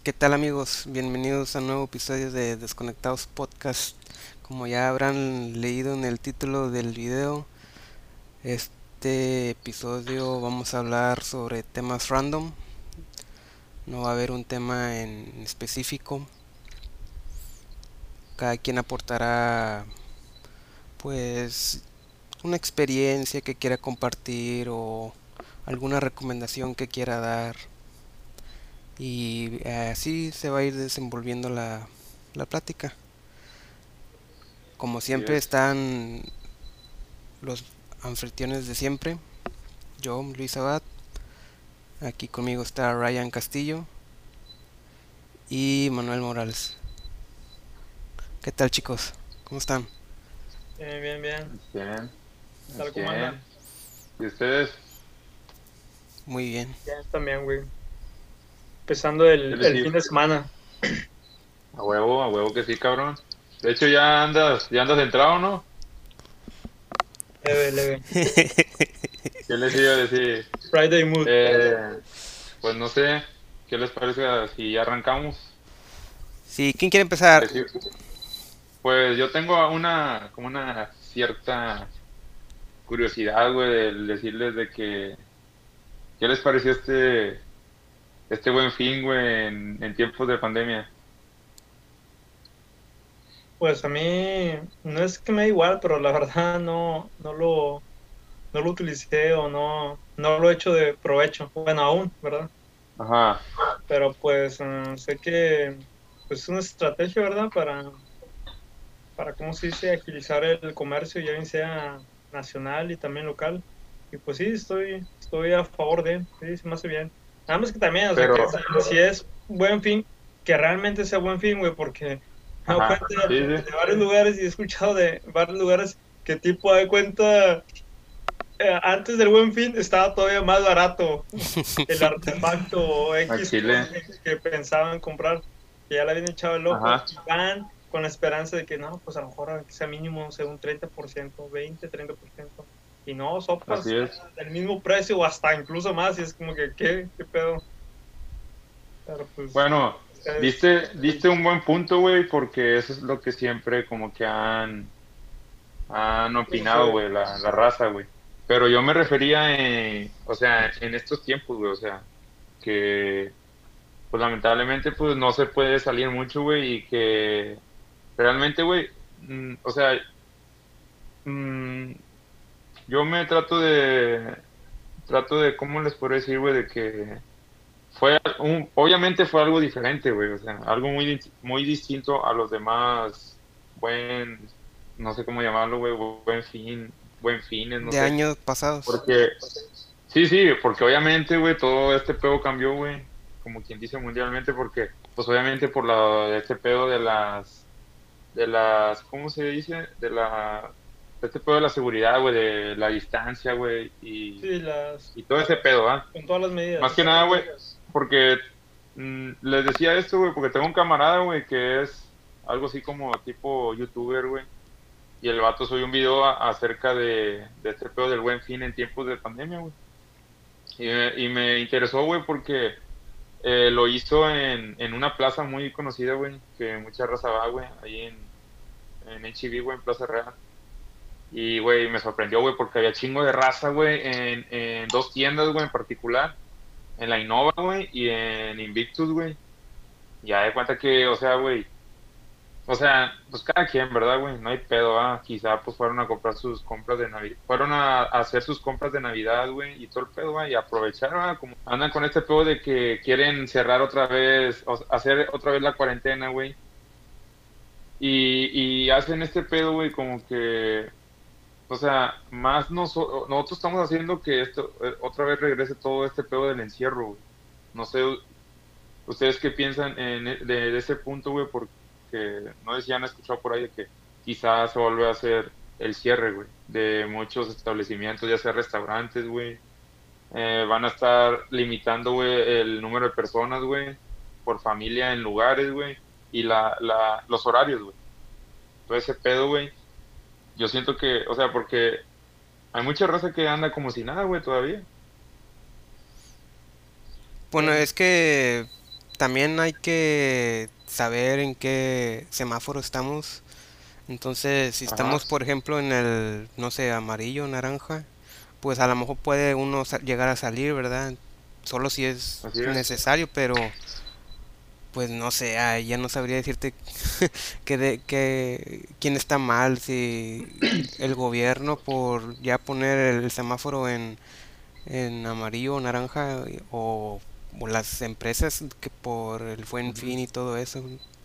¿Qué tal amigos? Bienvenidos a un nuevo episodio de Desconectados Podcast. Como ya habrán leído en el título del video, este episodio vamos a hablar sobre temas random. No va a haber un tema en específico. Cada quien aportará pues una experiencia que quiera compartir o alguna recomendación que quiera dar. Y así se va a ir desenvolviendo la plática. Como Así siempre es. están los anfitriones de siempre, yo, Luis Abad, aquí conmigo está Ryan Castillo y Manuel Morales. ¿Qué tal chicos? ¿Cómo están? Bien, bien, bien. Bien, ¿Qué tal? ¿Cómo bien. andan? ¿Y ustedes? Muy bien. Bien, también, güey. Empezando ¿Qué les el digo? fin de semana. A huevo que sí, cabrón. De hecho, ya andas entrado, ¿no? Leve, leve. ¿Qué les iba a decir? Friday mood. Eh, pues no sé, ¿qué les parece si ya arrancamos? Sí, ¿quién quiere empezar? Decir- Pues yo tengo como una cierta curiosidad, güey, de decirles de que, ¿qué les pareció este buen fin, güey, en tiempos de pandemia? Pues a mí no es que me da igual, pero la verdad no lo utilicé o no lo he hecho de provecho. Bueno, aún, ¿verdad? Ajá, Pero pues sé que pues, es una estrategia, ¿verdad? ¿Cómo se dice? Agilizar el comercio, ya bien sea nacional y también local. Y pues sí, estoy a favor sí, se me hace bien. Nada más que también, o sea, pero, que si es buen fin, que realmente sea buen fin, güey, porque me doy ajá, cuenta sí, sí. de varios lugares y he escuchado de varios lugares que tipo de cuenta, antes del buen fin estaba todavía más barato el artefacto o A X cosa Chile, que pensaban comprar, que ya le habían echado el ojo ajá, y van con la esperanza de que no, pues a lo mejor que sea mínimo, sea un 30%, 20, 30%. Y no, sopas así es. del mismo precio o hasta incluso más. Y es como que, ¿qué pedo? Pero pues, Bueno, ustedes, diste un buen punto, güey, porque eso es lo que siempre como que han ¿cómo opinado, soy? güey, la raza, güey. Pero yo me refería o sea, en estos tiempos, güey, o sea, que pues lamentablemente pues no se puede salir mucho, güey, y que realmente, güey, o sea, mm, yo me trato de, ¿cómo les puedo decir, güey? De que obviamente fue algo diferente, güey, o sea, algo muy distinto a los demás, buen, no sé cómo llamarlo, güey, buen fines, no De sé, años pasados. porque, sí, sí, porque obviamente, güey, todo este pedo cambió, güey, como quien dice mundialmente, porque, pues obviamente por este pedo ¿cómo se dice? De este pedo de la seguridad, güey, de la distancia, güey, Sí, y todo ese pedo, ¿ah? con todas las Más que medidas. nada, güey, porque les decía esto, güey, porque tengo un camarada, güey, que es algo así como tipo youtuber, güey, y el vato subió un video acerca de este pedo del Buen Fin en tiempos de pandemia, güey. Y me interesó, güey, porque lo hizo en una plaza muy conocida, güey, que mucha raza va, güey, ahí en HEB, güey, en Plaza Real. Y, güey, me sorprendió, güey, porque había chingo de raza, güey, en dos tiendas, güey, en particular, en la Innova, güey, y en Invictus, güey. Ya de cuenta que, o sea, güey, o sea, pues cada quien, ¿verdad, güey? No hay pedo, ¿ah? Quizá pues fueron a comprar sus compras de Navidad, fueron a hacer sus compras de Navidad, güey, y todo el pedo, güey, y aprovechar, ¿verdad? Como andan con este pedo de que quieren cerrar otra vez, o hacer otra vez la cuarentena, güey, y hacen este pedo, güey, como que, o sea, más nosotros estamos haciendo que esto otra vez regrese todo este pedo del encierro, güey. No sé, ¿ustedes qué piensan de ese punto, güey? Porque no sé si han escuchado por ahí de que quizás se vuelve a hacer el cierre, güey, de muchos establecimientos, ya sea restaurantes, güey. Van a estar limitando, güey, el número de personas, güey, por familia en lugares, güey, y los horarios, güey. Todo ese pedo, güey. Yo siento que, o sea, porque hay mucha raza que anda como si nada, güey, todavía. Bueno, es que también hay que saber en qué semáforo estamos. Entonces, si Ajá, estamos, por ejemplo, en el, no sé, amarillo, naranja, pues a lo mejor puede uno llegar a salir, ¿verdad? Solo si es así es. necesario, pero pues no sé, ya no sabría decirte quién está mal, si el gobierno por ya poner el semáforo en amarillo o naranja o las empresas que por el buen Ujú. fin y todo eso.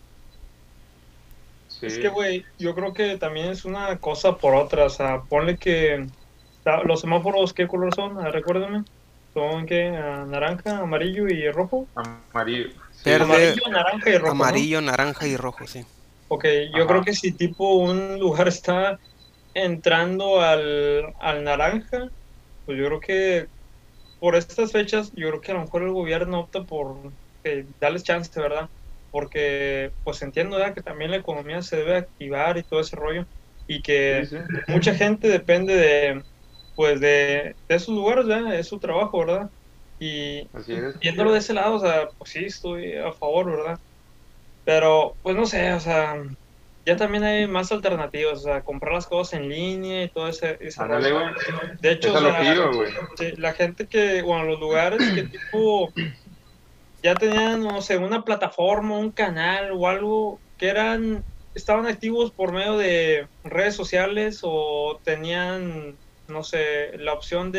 Es que, Sí, güey, yo creo que también es una cosa por otra. O sea, ponle que los semáforos, ¿qué color son? Recuérdame. ¿Son qué? Naranja, amarillo y rojo. amarillo, sí, sí. Verde, Amarillo, naranja y rojo, ¿no? amarillo, naranja y rojo, sí. Ok, yo creo Ajá, que si tipo un lugar está entrando al naranja, pues yo creo que por estas fechas, yo creo que a lo mejor el gobierno opta por darles chance, ¿verdad? Porque pues entiendo, ¿verdad? Que también la economía se debe activar y todo ese rollo, y sí, que sí, mucha gente depende pues de esos lugares, ¿verdad? Es su trabajo, ¿verdad? Y así es. viéndolo de ese lado, o sea, pues sí, estoy a favor, ¿verdad? Pero, pues no sé, o sea, ya también hay más alternativas, o sea, comprar las cosas en línea y todo ese rollo. Ándale, güey. De hecho, Es o a lo sea, que iba, güey. sí, la gente que, bueno, los lugares que tipo ya tenían, no sé, una plataforma, un canal o algo que estaban activos por medio de redes sociales o tenían, no sé, la opción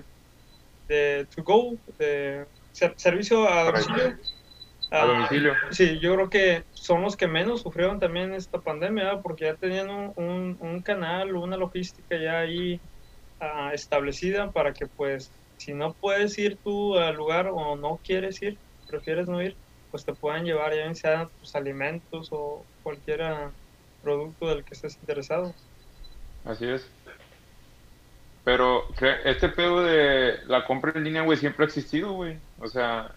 de to go, de servicio a Para domicilio. a Ah, domicilio. sí, yo creo que son los que menos sufrieron también esta pandemia, ¿verdad? Porque ya tenían un canal, una logística ya ahí establecida para que pues si no puedes ir tú al lugar o no quieres ir, prefieres no ir, pues te puedan llevar ya sean tus alimentos o cualquier producto del que estés interesado. Así es. Pero este pedo de la compra en línea, güey, siempre ha existido, güey. O sea,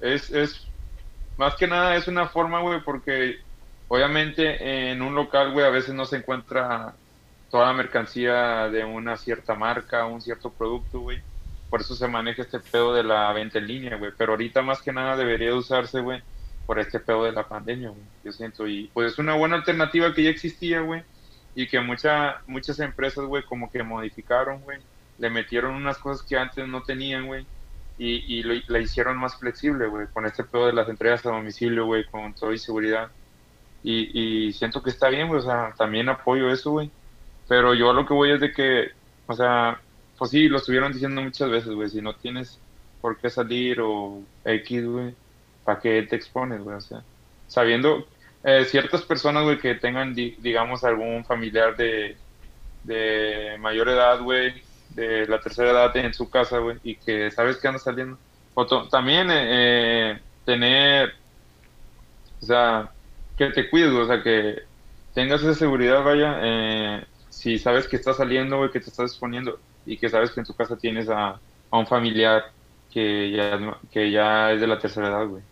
más que nada es una forma, güey, porque obviamente en un local, güey, a veces no se encuentra toda la mercancía de una cierta marca, un cierto producto, güey. Por eso se maneja este pedo de la venta en línea, güey. Pero ahorita más que nada debería de usarse, güey, por este pedo de la pandemia, güey. Yo siento. Y pues es una buena alternativa que ya existía, güey. Y que muchas empresas, güey, como que modificaron, güey. Le metieron unas cosas que antes no tenían, güey. La hicieron más flexible, güey, con este pedo de las entregas a domicilio, güey, con todo y seguridad. Y siento que está bien, güey, o sea, también apoyo eso, güey. Pero yo a lo que voy es de que, o sea, pues sí, lo estuvieron diciendo muchas veces, güey, si no tienes por qué salir o X, güey, ¿para qué te expones, güey? O sea, sabiendo ciertas personas, güey, que tengan, digamos, algún familiar de mayor edad, güey, de la tercera edad en su casa, güey, y que sabes que anda saliendo. También tener, o sea, que te cuides, güey, o sea, que tengas esa seguridad, vaya, si sabes que estás saliendo, güey, que te estás exponiendo y que sabes que en tu casa tienes a un familiar que ya es de la tercera edad, güey.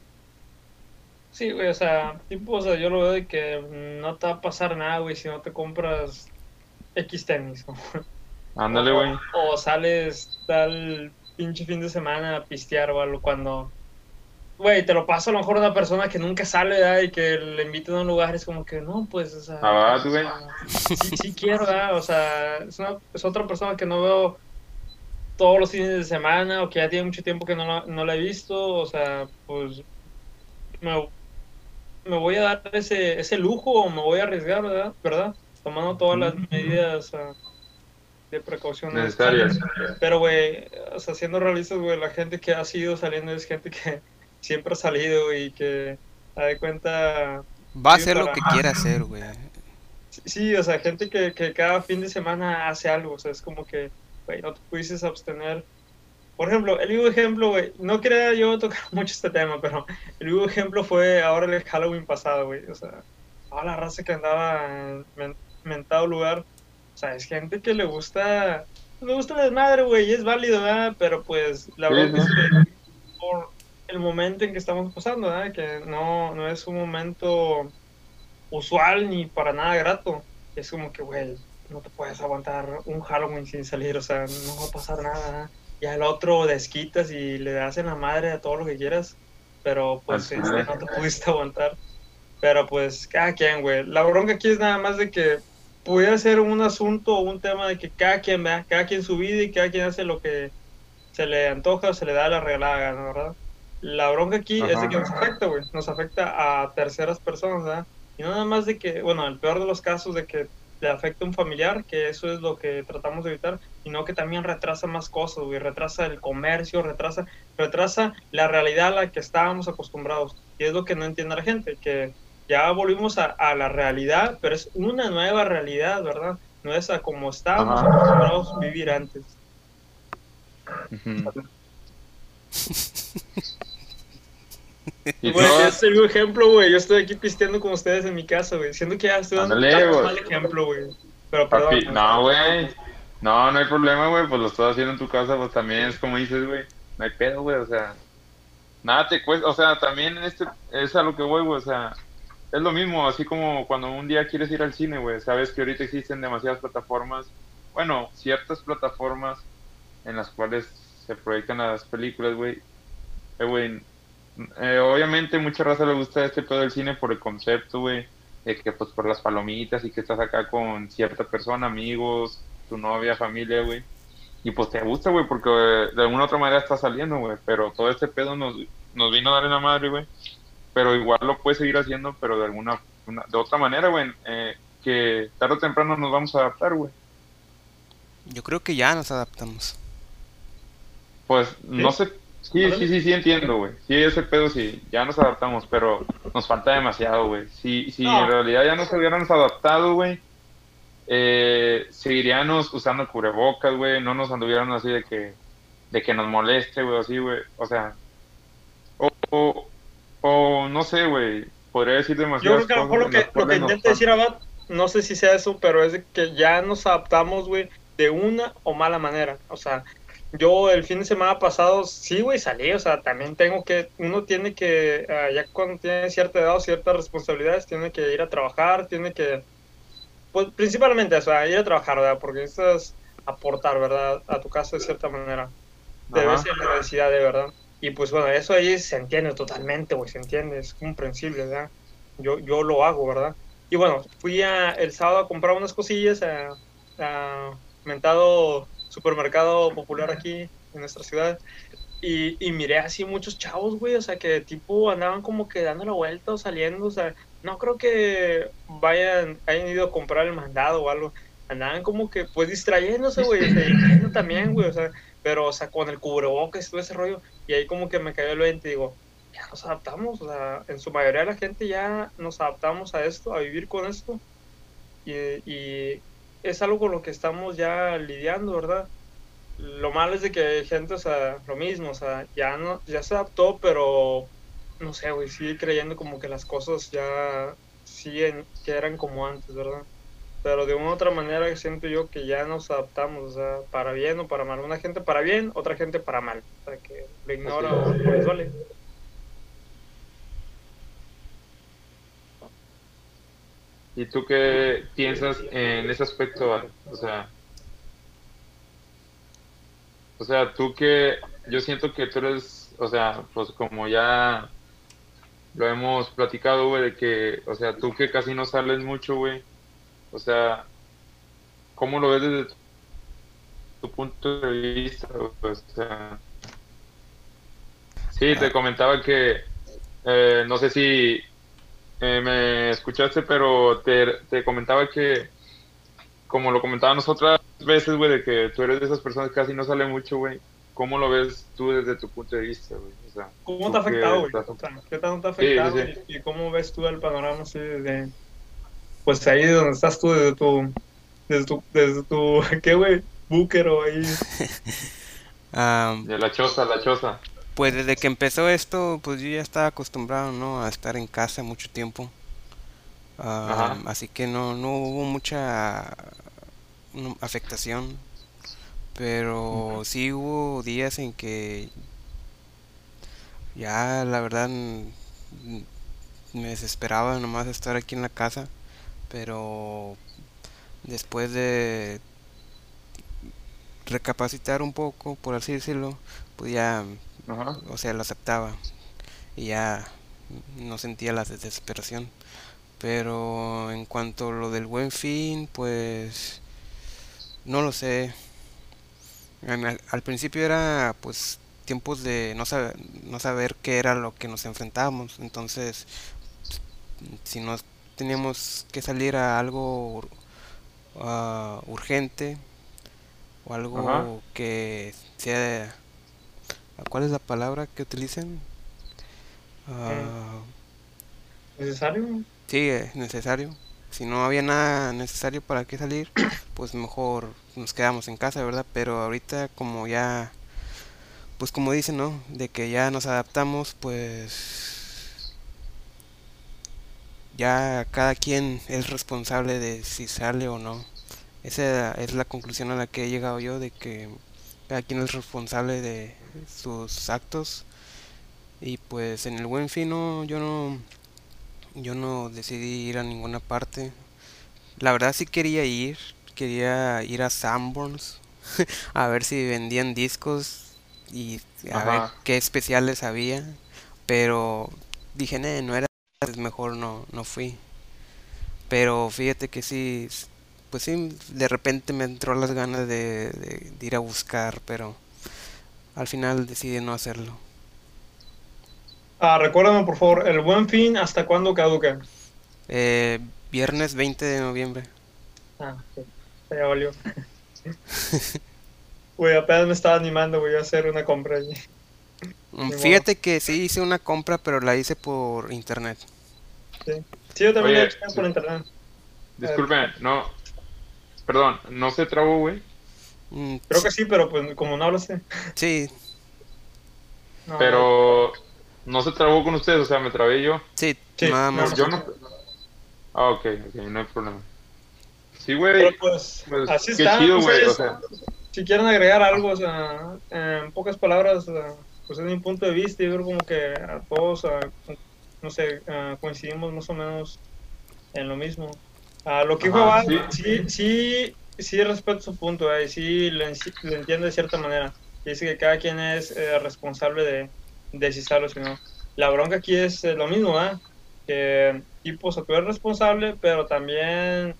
Sí, güey, o sea, tipo, o sea, yo lo veo de que no te va a pasar nada, güey, si no te compras X tenis, ¿no? Ándale, güey. O sales tal pinche fin de semana a pistear o algo cuando, güey, te lo pasa a lo mejor una persona que nunca sale, ¿verdad? Y que le invitan a un lugar, es como que, no, pues, o sea, Ah, güey. sí, sí quiero, ¿verdad? O sea, es otra persona que no veo todos los fines de semana o que ya tiene mucho tiempo que no la he visto, o sea, pues, me, me voy a dar ese lujo o me voy a arriesgar, ¿verdad? ¿Verdad? Tomando todas las Ujú. medidas de precaución Necesarias. necesarias. Pero, güey, o sea, siendo realistas, güey, la gente que ha sido saliendo es gente que siempre ha salido y que, a de cuenta, Va a vive hacer lo para... que quiera hacer, güey. Sí, o sea, gente que cada fin de semana hace algo, o sea, es como que, güey, no te pudieses abstener. Por ejemplo, el vivo ejemplo, güey, no quería yo tocar mucho este tema, pero el vivo ejemplo fue ahora el Halloween pasado, güey, o sea, toda la raza que andaba en mentado lugar, o sea, es gente que le gusta el desmadre, güey, y es válido, ¿verdad? Pero pues la Sí, bronca es sí. que por el momento en que estamos pasando, ¿verdad? Que no es un momento usual ni para nada grato. Es como que, güey, no te puedes aguantar un Halloween sin salir, o sea, no va a pasar nada. Ya el otro desquitas y le das en la madre a todo lo que quieras. pero Al pues chile. no te pudiste aguantar. Pero pues cada quien, güey. La bronca aquí es nada más de que pudiera ser un asunto o un tema de que cada quien vea, cada quien su vida y cada quien hace lo que se le antoja o se le da la regalada gana, ¿verdad? La bronca aquí es de que nos Ajá. afecta, güey. Nos afecta a terceras personas, ¿verdad? Y no nada más de que, bueno, el peor de los casos de que le afecta a un familiar, que eso es lo que tratamos de evitar, sino que también retrasa más cosas, güey. Retrasa el comercio, retrasa la realidad a la que estábamos acostumbrados. Y es lo que no entiende la gente, que ya volvimos a la realidad, pero es una nueva realidad, ¿verdad? No es a como estábamos Ajá. acostumbrados a vivir antes. Ujú. Y Güey, todo, ese es el ejemplo, güey. Yo estoy aquí pisteando con ustedes en mi casa, güey. Siento que ya estoy ándale, dando un güey. mal ejemplo, güey. Pero perdón, Papi, güey. no, güey. No, no hay problema, güey. Pues lo estás haciendo en tu casa, pues también es como dices, güey. No hay pedo, güey. O sea, nada te cuesta. O sea, también es a lo que voy, güey. O sea, es lo mismo. Así como cuando un día quieres ir al cine, güey. Sabes que ahorita existen demasiadas plataformas. Bueno, ciertas plataformas en las cuales se proyectan las películas, güey. Güey, obviamente mucha raza le gusta este pedo del cine por el concepto, güey, de que pues por las palomitas y que estás acá con cierta persona, amigos, tu novia, familia, güey. Y pues te gusta, güey, porque de alguna otra manera está saliendo, güey. Pero todo este pedo nos vino a dar en la madre, güey. Pero igual lo puedes seguir haciendo, pero de otra manera, güey, que tarde o temprano nos vamos a adaptar, güey. Yo creo que ya nos adaptamos. Pues no ¿Sí? sé, sí, sí, Órale. sí, sí entiendo, güey. Sí, ese pedo sí, ya nos adaptamos, pero nos falta demasiado, güey. Si en No, realidad ya nos hubiéramos adaptado, güey, seguiríamos usando el cubrebocas, güey, no nos anduvieran así de que nos moleste, güey, así, güey. O sea, o, o, o no sé, güey, podría decir yo creo demasiadas que a lo mejor cosas en las lo que cuales nos intenta decir falta. Abad, no sé si sea eso, pero es de que ya nos adaptamos, güey, de una o mala manera. O sea, yo el fin de semana pasado, sí, güey, salí. O sea, también uno tiene que, ya cuando tiene cierta edad o ciertas responsabilidades, tiene que ir a trabajar, tiene que, pues principalmente eso, ir a trabajar, ¿verdad? Porque necesitas aportar, ¿verdad? A tu casa de cierta manera. Debe Ajá, ser la necesidad de verdad. Y pues bueno, eso ahí se entiende totalmente, güey, se entiende, es comprensible, ¿verdad? Yo lo hago, ¿verdad? Y bueno, el sábado a comprar unas cosillas a mentado supermercado popular aquí en nuestra ciudad. Y miré así muchos chavos, güey, o sea, que tipo andaban como que dando la vuelta o saliendo, o sea, no creo que hayan ido a comprar el mandado o algo, andaban como que, pues, distrayéndose, güey, o sea, y entiendo también, güey, o sea, pero, o sea, con el cubrebocas y todo ese rollo, y ahí como que me cayó el 20 y digo, ya nos adaptamos, o sea, en su mayoría de la gente ya nos adaptamos a esto, a vivir con esto, y es algo con lo que estamos ya lidiando, ¿verdad? Lo malo es de que hay gente, o sea, lo mismo, o sea, ya no, ya se adaptó, pero no sé, güey, sigue creyendo como que las cosas ya siguen, que eran como antes, ¿verdad? Pero de una u otra manera siento yo que ya nos adaptamos, o sea, para bien o para mal. Una gente para bien, otra gente para mal. O sea, que lo así ignora o les es. vale. ¿Y tú qué piensas en ese aspecto, Ale? O sea, tú que yo siento que tú eres, o sea, pues como ya lo hemos platicado, güey, de que, o sea, tú que casi no sales mucho, güey, o sea, ¿cómo lo ves desde tu punto de vista, güey? O sea, sí, Ah, te comentaba que, no sé si me escuchaste, pero te comentaba que, como lo comentábamos otras veces, güey, de que tú eres de esas personas que casi no sale mucho, güey, ¿cómo lo ves tú desde tu punto de vista, güey? O sea, ¿Cómo te ha tú afectado, que güey? estás... O sea, ¿qué tanto te ha Sí, sí, afectado sí. y cómo ves tú el panorama así desde, pues ahí donde estás tú, desde tu, ¿qué, güey? Búquer o ahí. ah, De la choza, la choza. pues desde que empezó esto, pues yo ya estaba acostumbrado, ¿no? A estar en casa mucho tiempo. Ajá. Así que no hubo mucha afectación. Pero Ujú. sí hubo días en que ya la verdad me desesperaba nomás estar aquí en la casa. Pero después de recapacitar un poco, por así decirlo, pues ya, Ajá. o sea, lo aceptaba. y ya no sentía la desesperación. Pero en cuanto a lo del Buen Fin, pues no lo sé. Al principio era pues tiempos de no saber qué era lo que nos enfrentábamos. Entonces, si no teníamos que salir a algo urgente o Ajá. algo que sea, ¿cuál es la palabra que utilicen? Mm, Ah, ¿Necesario? sí, es necesario. Si no había nada necesario para qué salir, pues mejor nos quedamos en casa, ¿verdad? Pero ahorita como ya, pues como dicen, ¿no? De que ya nos adaptamos, pues ya cada quien es responsable de si sale o no. Esa es la conclusión a la que he llegado yo, de que cada quien es responsable de sus actos. Y pues en el Buen Fin yo no decidí ir a ninguna parte. La verdad sí quería ir a Sanborns a ver si vendían discos y a ver Ajá. qué especiales había, pero dije, no era, pues mejor no fui. Pero fíjate que sí, pues sí, de repente me entró las ganas de ir a buscar, pero al final decidí no hacerlo. Recuérdame, por favor, el Buen Fin, ¿hasta cuándo caduca? Eh, Viernes 20 de noviembre. Ok, ya valió. Güey, apenas me estaba animando, voy a hacer una compra allí. Ni modo. Fíjate que sí hice una compra, pero la hice por internet. Sí, sí, yo también la he Oye, hecho por internet. Eh, disculpen, no, perdón, no se trabó, güey. Creo que sí, pero pues como no lo sé. Sí, No, Pero no se trabó con ustedes, o sea, me trabé yo. sí, sí, nada nada más Yo más. tú. no. Ah, ok, ok, no hay problema. Sí, Pero güey, pues pues así qué está. chido, güey, o Ustedes, sea. si quieren agregar algo, o sea, en pocas palabras, pues es mi punto de vista. Yo creo como que a todos, no sé, coincidimos más o menos en lo mismo. Lo que dijo Ajá, Abad, sí, sí respeto su punto, y sí lo entiendo de cierta manera. Dice que cada quien es responsable de si sale o si no. La bronca aquí es lo mismo, que tipo, o sea, tú eres responsable, pero también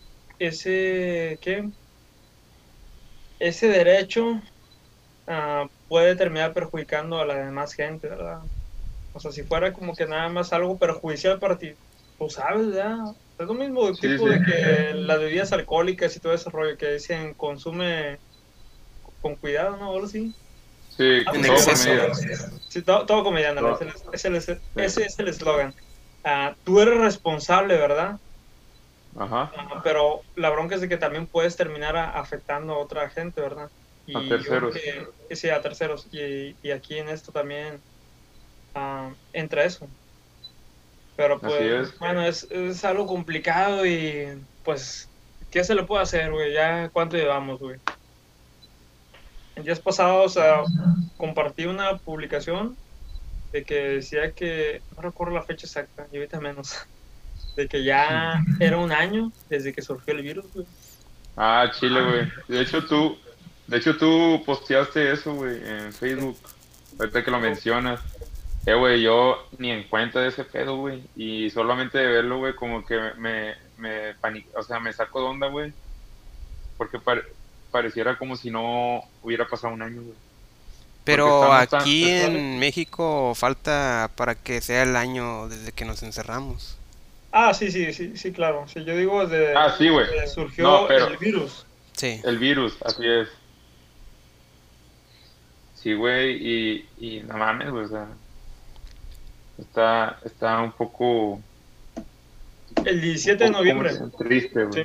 ¿qué? Ese derecho puede terminar perjudicando a la demás gente, ¿verdad? O sea, si fuera como que nada más algo perjudicial para ti, pues sabes, ¿verdad? Es lo mismo el sí, tipo sí, de que las bebidas alcohólicas y todo ese rollo que dicen consume con cuidado, ¿no? Ahora sí. sí, En Algo así, todo con ¿verdad? exceso. medida. Sí, todo con medida, ándale, Todo- sí. ese es el eslogan. Tú eres responsable, ¿verdad? Ajá, Pero la bronca es de que también puedes terminar afectando a otra gente, ¿verdad? a Y yo terceros. creo que sí, a terceros. Y aquí en esto también entra eso. Pero Así pues, es. bueno, es algo complicado y pues, ¿qué se le puede hacer, güey? Ya, ¿cuánto llevamos, güey? En días pasados compartí una publicación de que decía que, no recuerdo la fecha exacta, y ahorita menos, de que ya era un año desde que surgió el virus, güey. Ah, Chile, güey. De hecho tú posteaste eso, güey, en Facebook. Ahorita que lo mencionas. Güey, yo ni en cuenta de ese pedo, güey. Y solamente de verlo, güey, como que me o sea, me saco de onda, güey. Porque pareciera como si no hubiera pasado un año, güey. Porque Pero estamos tan. aquí ¿Vale? en México falta para que sea el año desde que nos encerramos. Sí, sí, sí, sí, claro. Sí, yo digo desde Ah, sí, güey. que No, surgió pero el virus. Sí, el virus, así es. Sí, güey, y no mames, güey, o sea, está El un 17 de poco, ¿cómo noviembre, te digo? Triste, sí. güey.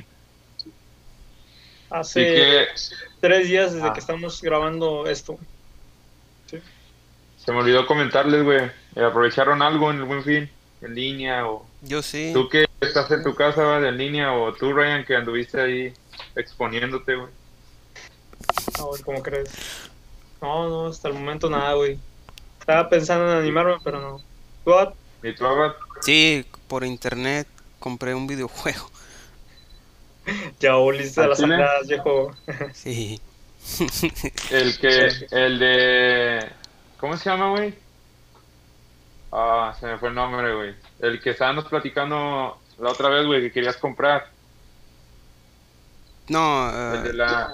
Sí Hace que, 3 días desde que ah, estamos grabando esto. Sí. se me olvidó comentarles, güey, ¿aprovecharon algo en el Buen Fin? ¿En línea o yo sí. tú que estás en tu casa, va, en línea o tú, Ryan, que anduviste ahí exponiéndote, güey? Güey, ¿cómo crees? No, no, hasta el momento nada, güey. Estaba pensando en Sí. animarme, pero no. ¿Tú, Ad? ¿Y tú, Abad? Sí, por internet compré un videojuego. Ya volviste a ¿Al las Chile? andadas, viejo. Sí. El de, ¿cómo se llama, güey? Ah, se me fue el nombre, güey. El que estábamos platicando la otra vez, güey, que querías comprar. No, El de la...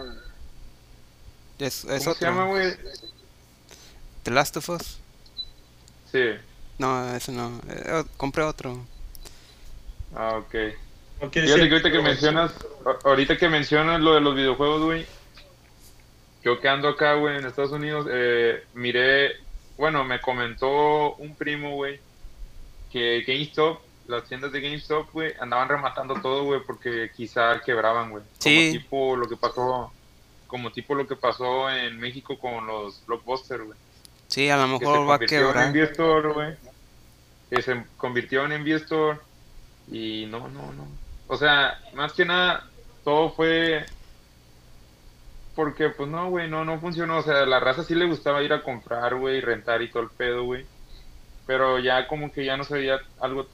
es ¿Cómo se llama, otro. güey? The Last of Us. Sí. No, ese no. Compré otro. Ah, ok. No quiere Fíjate decir que ahorita que mencionas lo de los videojuegos, güey, yo que ando acá, güey, en Estados Unidos, miré, bueno, me comentó un primo, güey, que GameStop, las tiendas de GameStop, güey, andaban rematando todo, güey, porque quizá quebraban, güey. Sí, Como tipo lo que pasó en México con los Blockbuster, güey, sí, a lo que se mejor va a convirtió en quebrar. Envy Store, güey, que se convirtió en Envy Store y no. O sea, más que nada, todo fue porque, pues no, güey, no funcionó. O sea, la raza sí le gustaba ir a comprar, güey, rentar y todo el pedo, güey. Pero ya como que ya no se veía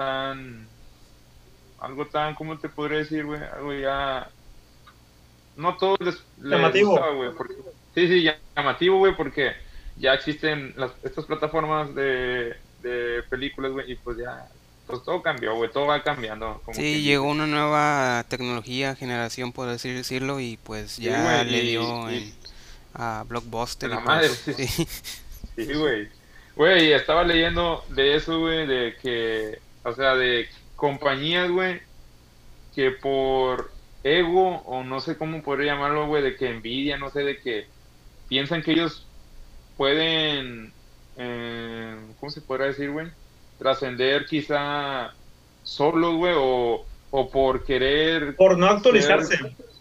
algo tan, ¿cómo te podría decir, güey? Algo ya, no a todos les llamativo. gustaba, güey. Sí, llamativo, güey, porque ya existen estas plataformas de películas, güey, y pues ya, pues todo cambió, güey, todo va cambiando, como Sí, quien llegó dice. una nueva tecnología, generación, por así decirlo, y pues Sí, ya güey, le dio y a en Blockbuster y la madre, pues sí. sí, güey. Güey, estaba leyendo de eso, güey, de que, o sea, de compañías, güey, que por ego, o no sé cómo podría llamarlo, güey, de que envidia, no sé, de que piensan que ellos pueden, ¿cómo se podrá decir, güey? Trascender quizá solos, güey, o por querer Por no ser, actualizarse.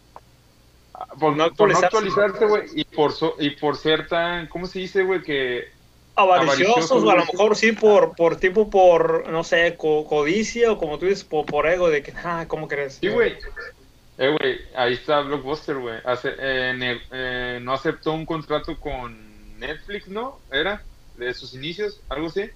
No por no actualizarse. actualizarse, güey, y por ser tan, ¿cómo se dice, güey? Que Avariciosos, avariciosos, o a lo güey. mejor sí por no sé, codicia, o como tú dices, por ego, de que, ¿cómo crees? Sí, güey. Güey, ahí está Blockbuster, güey. No aceptó un contrato con Netflix, ¿no? ¿Era? De sus inicios, algo así.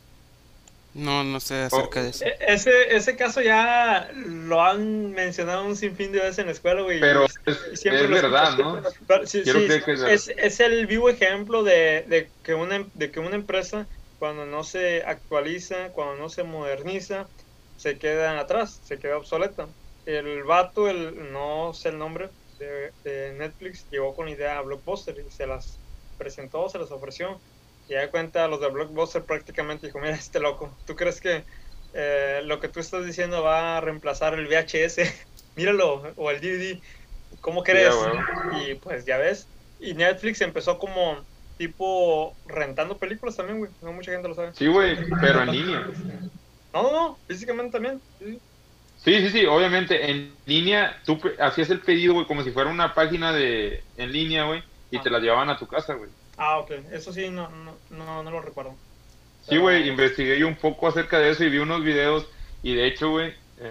No sé acerca de O- eso. Ese caso ya lo han mencionado un sinfín de veces en la escuela, güey, pero y siempre es lo escuchas. verdad, ¿no? Pero sí, Quiero sí, creer que es verdad. es el vivo ejemplo de que una empresa, cuando no se actualiza, cuando no se moderniza, se queda atrás, se queda obsoleta. El vato, no sé el nombre, de Netflix, llegó con idea a Blockbuster y se las presentó, se las ofreció. Y ya de cuenta, los de Blockbuster prácticamente dijo, mira, este loco, ¿tú crees que lo que tú estás diciendo va a reemplazar el VHS? Míralo, o el DVD, ¿cómo Sí, a crees? huevo. Y pues ya ves. Y Netflix empezó como tipo rentando películas también, güey. No mucha gente lo sabe. Sí, güey, pero en Rentando línea. películas. No, físicamente también. Sí. Sí, obviamente, en línea, hacías el pedido, güey, como si fuera una página en línea, güey, y Ah, te la llevaban a tu casa, güey. ok. Eso sí, no lo recuerdo. Sí, güey, Pero, investigué yo un poco acerca de eso y vi unos videos y de hecho, güey,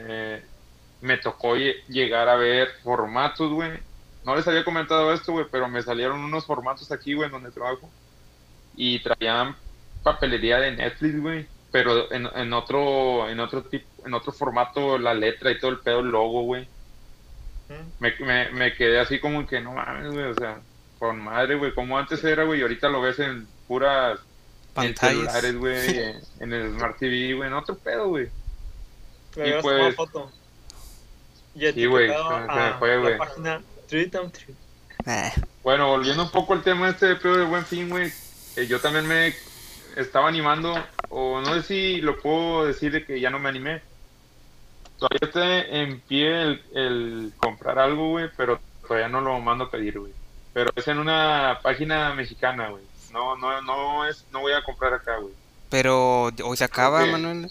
me tocó llegar a ver formatos, güey. No les había comentado esto, güey, pero me salieron unos formatos aquí, güey, en donde trabajo y traían papelería de Netflix, güey, pero en otro formato, la letra y todo el pedo, el logo, güey. Me quedé así como que no mames, güey, o sea, con madre, güey, como antes era, güey, y ahorita lo ves en Pantallas. celulares, güey, en el Smart TV, güey, en otro pedo, güey. le Y hubieras tomado pues, foto y sí, güey, etiquetado se me a fue, la güey. página Treat and Treat. Eh, Bueno, volviendo un poco al tema este de pedo de Buen Fin, güey, yo también me estaba animando, o no sé si lo puedo decir de que ya no me animé. Todavía está en pie el comprar algo, güey, pero todavía no lo mando a pedir, güey. Pero es en una página mexicana, güey. No voy a comprar acá, güey. pero hoy se Creo acaba, que, Manuel.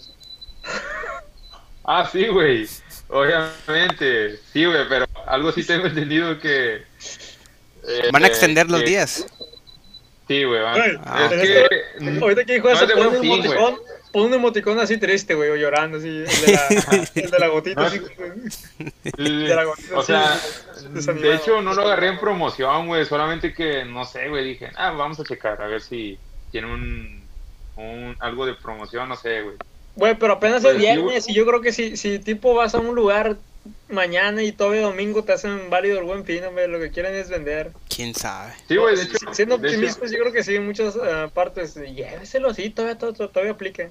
ah, sí, güey. Obviamente, sí, güey, pero algo sí tengo entendido que, Van a extender los que días. sí, güey, Güey, Ah, es en ok. que ahorita que dijo no es eso, de Buen Fin, güey. pon un emoticón así triste, güey, o llorando, así, el de la gotita, No así, es, de la gotita, o así, sea, de desanimado. hecho no lo agarré en promoción, güey, solamente que, no sé, güey, dije, vamos a checar, a ver si tiene algo de promoción, no sé, güey. Güey, pero Y apenas es pues sí, güey. viernes, y yo creo que si tipo vas a un lugar mañana y todavía domingo te hacen válido el Buen Fin, hombre, lo que quieren es vender. ¿Quién sabe? Sí, güey, de hecho, Siendo de hecho, optimistas, yo creo que sí, en muchas partes, lléveselo así, todavía aplica.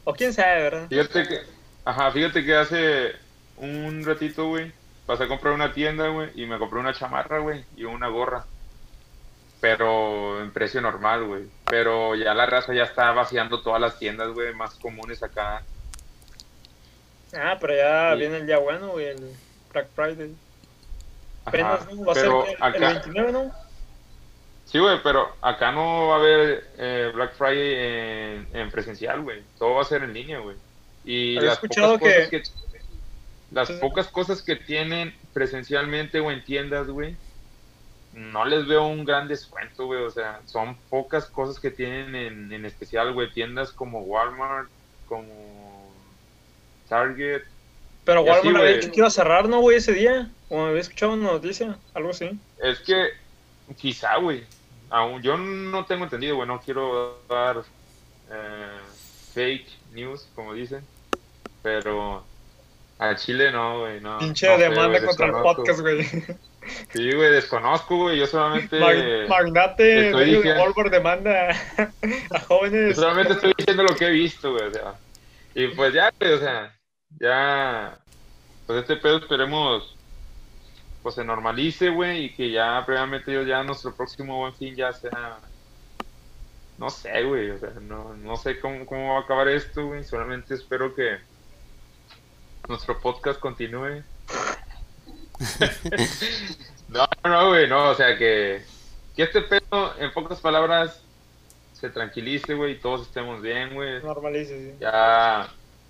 O quién sabe, ¿verdad? Fíjate que hace un ratito, güey, pasé a comprar una tienda, güey, y me compré una chamarra, güey, y una gorra. Pero en precio normal, güey. Pero ya la raza ya está vaciando todas las tiendas, güey, más comunes acá. Ah, pero ya Y, viene el día bueno, güey, el Black Friday. Apenas, ajá, ¿no? Va a ser pero el acá, 29, ¿no? sí, güey, pero acá no va a haber Black Friday en presencial, güey. Todo va a ser en línea, güey. Y Había escuchado que... las Sí, pocas cosas que tienen presencialmente o en tiendas, güey, no les veo un gran descuento, güey. O sea, son pocas cosas que tienen en especial, güey. Tiendas como Walmart, como Target, pero y así, Walmart había güey. dicho que iba a cerrar, ¿no, güey, ese día? O había escuchado una noticia, algo así. Es que quizá, güey. Aún yo no tengo entendido, güey. No quiero dar eh, fake news, como dicen. Pero a Chile no, güey. No, Pinche no sé, güey. demanda contra el Desconozco. podcast, güey. Sí, güey, desconozco, güey. Yo solamente Magnate, estoy dueño de diciendo, Walmart, demanda a yo jóvenes. solamente estoy diciendo lo que he visto, güey. O sea, y pues ya, güey, o sea, ya, pues este pedo esperemos, pues se normalice, güey, y que ya previamente ya nuestro próximo buen fin ya sea, no sé, güey, o sea, no sé cómo va a acabar esto, güey. Solamente espero que nuestro podcast continúe. No, güey, no, o sea, que este pedo, en pocas palabras, se tranquilice, güey, y todos estemos bien, güey. Normalice, sí. Ya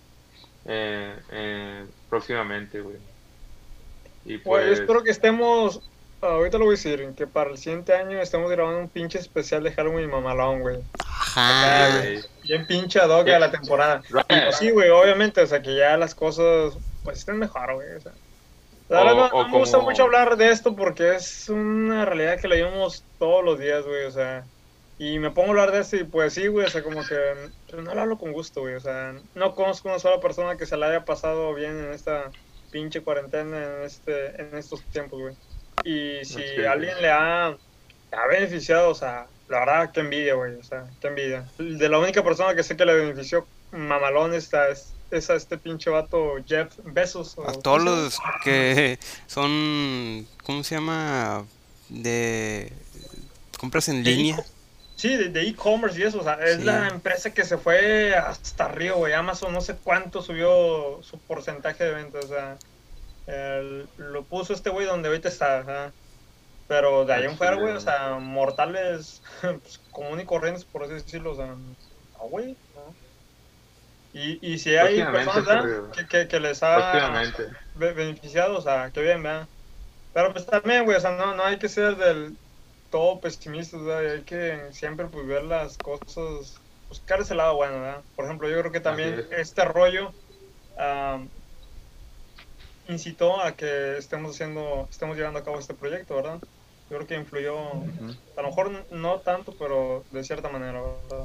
próximamente, güey. Y Güey, yo pues, espero que estemos, ahorita lo voy a decir, que para el siguiente año estemos grabando un pinche especial de Halloween mamalón, güey. Acá, Ajá. güey, bien pinche ad hoc a la temporada. Y Ryan, pues sí, güey, obviamente, o sea, que ya las cosas, pues estén mejor, güey. O sea, la verdad o no me gusta mucho como, hablar de esto porque es una realidad que la vivimos todos los días, güey, o sea, y me pongo a hablar de esto y pues sí, güey, o sea, como que pues, no lo hablo con gusto, güey, o sea, no conozco una sola persona que se la haya pasado bien en esta pinche cuarentena, en estos tiempos, güey. Y si sí, a sí. alguien le ha beneficiado, o sea, la verdad, qué envidia, güey, o sea, qué envidia. De la única persona que sé que le benefició mamalón es a este pinche vato Jeff Bezos, A o ¿cómo todos se llama? los que son, ¿cómo se llama? De compras en De línea. sí, de e-commerce y eso, o sea, es la Sí. empresa que se fue hasta arriba, güey. Amazon no sé cuánto subió su porcentaje de ventas, o sea, lo puso este güey donde ahorita está, ajá. Pero de ahí Al en fuera, chile, güey, o güey. sea, mortales pues, común y corrientes, por así decirlo, o sea, no, güey, no. Y si hay Próximamente, personas, ¿verdad? Freddy, güey. Que les ha Próximamente. beneficiado, o sea, qué bien, ¿verdad? Pero pues también, güey, o sea, no hay que ser del todo pesimistas, ¿verdad? Y hay que siempre pues ver las cosas, buscar ese lado bueno, ¿verdad? Por ejemplo, yo creo que Así también es. este rollo um, incitó a que estemos llevando a cabo este proyecto, ¿verdad? Yo creo que influyó, Ujú. a lo mejor no tanto, pero de cierta manera, ¿verdad?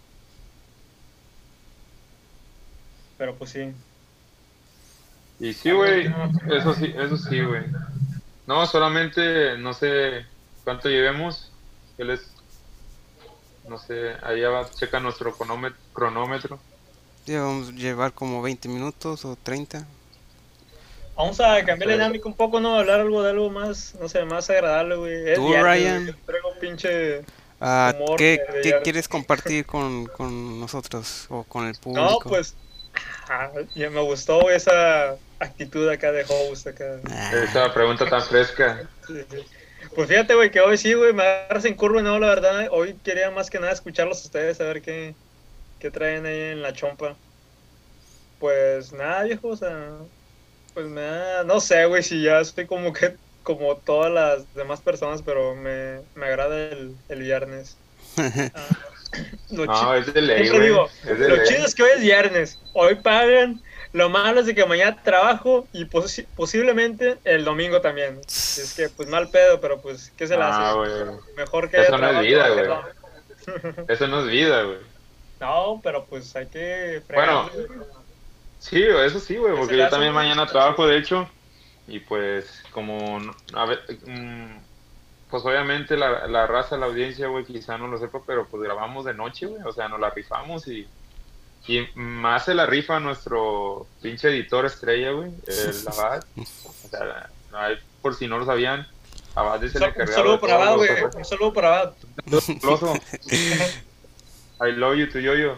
Pero pues sí. Y sí, ¿Algún güey, tema? eso sí, güey. No, solamente, no sé cuánto llevemos. Él es, no sé, allá va, checa nuestro cronómetro. Ya vamos a llevar como 20 minutos o 30. Vamos a Vamos cambiar a la ver. dinámica un poco, ¿no? Hablar algo de algo más, no sé, más agradable, güey. Es Tú, viernes, güey. Yo Ryan, traigo pinche humor de ¿qué viernes. quieres compartir con nosotros o con el No, público? pues, ya me gustó esa actitud acá de host acá. Ah, Esa pregunta tan fresca. Sí, sí. Pues fíjate, güey, que hoy sí, güey, me agarras en curva, no, la verdad. Hoy quería más que nada escucharlos a ustedes, a ver qué traen ahí en la chompa. Pues nada, viejo, o sea, pues me da, no sé, güey, si ya estoy como todas las demás personas, pero me agrada el viernes. Ah, No, es de ley, siempre güey. digo, Es de lo chido ley. es que hoy es viernes, hoy pagan, lo malo es de que mañana trabajo y posiblemente el domingo también. Es que, pues mal pedo, pero pues, ¿qué se le hace? Ah, güey. Mejor que haya Eso no es trabajo vida, a que güey. no. Eso no es vida, güey. No, pero pues hay que Bueno, fregarle, güey. sí, güey, eso sí, güey, ¿Qué se porque le yo hace, también güey? mañana trabajo, de hecho, y pues como, a ver, pues obviamente la raza, la audiencia, güey, quizá no lo sepa, pero pues grabamos de noche, güey, o sea, nos la rifamos Y más se la rifa nuestro pinche editor estrella, güey, el Abad. O sea, por si no lo sabían, Abad es el Un encargado saludo de para todos Abad, los güey. Un saludo para Abad. Oso. I love you to yo-yo.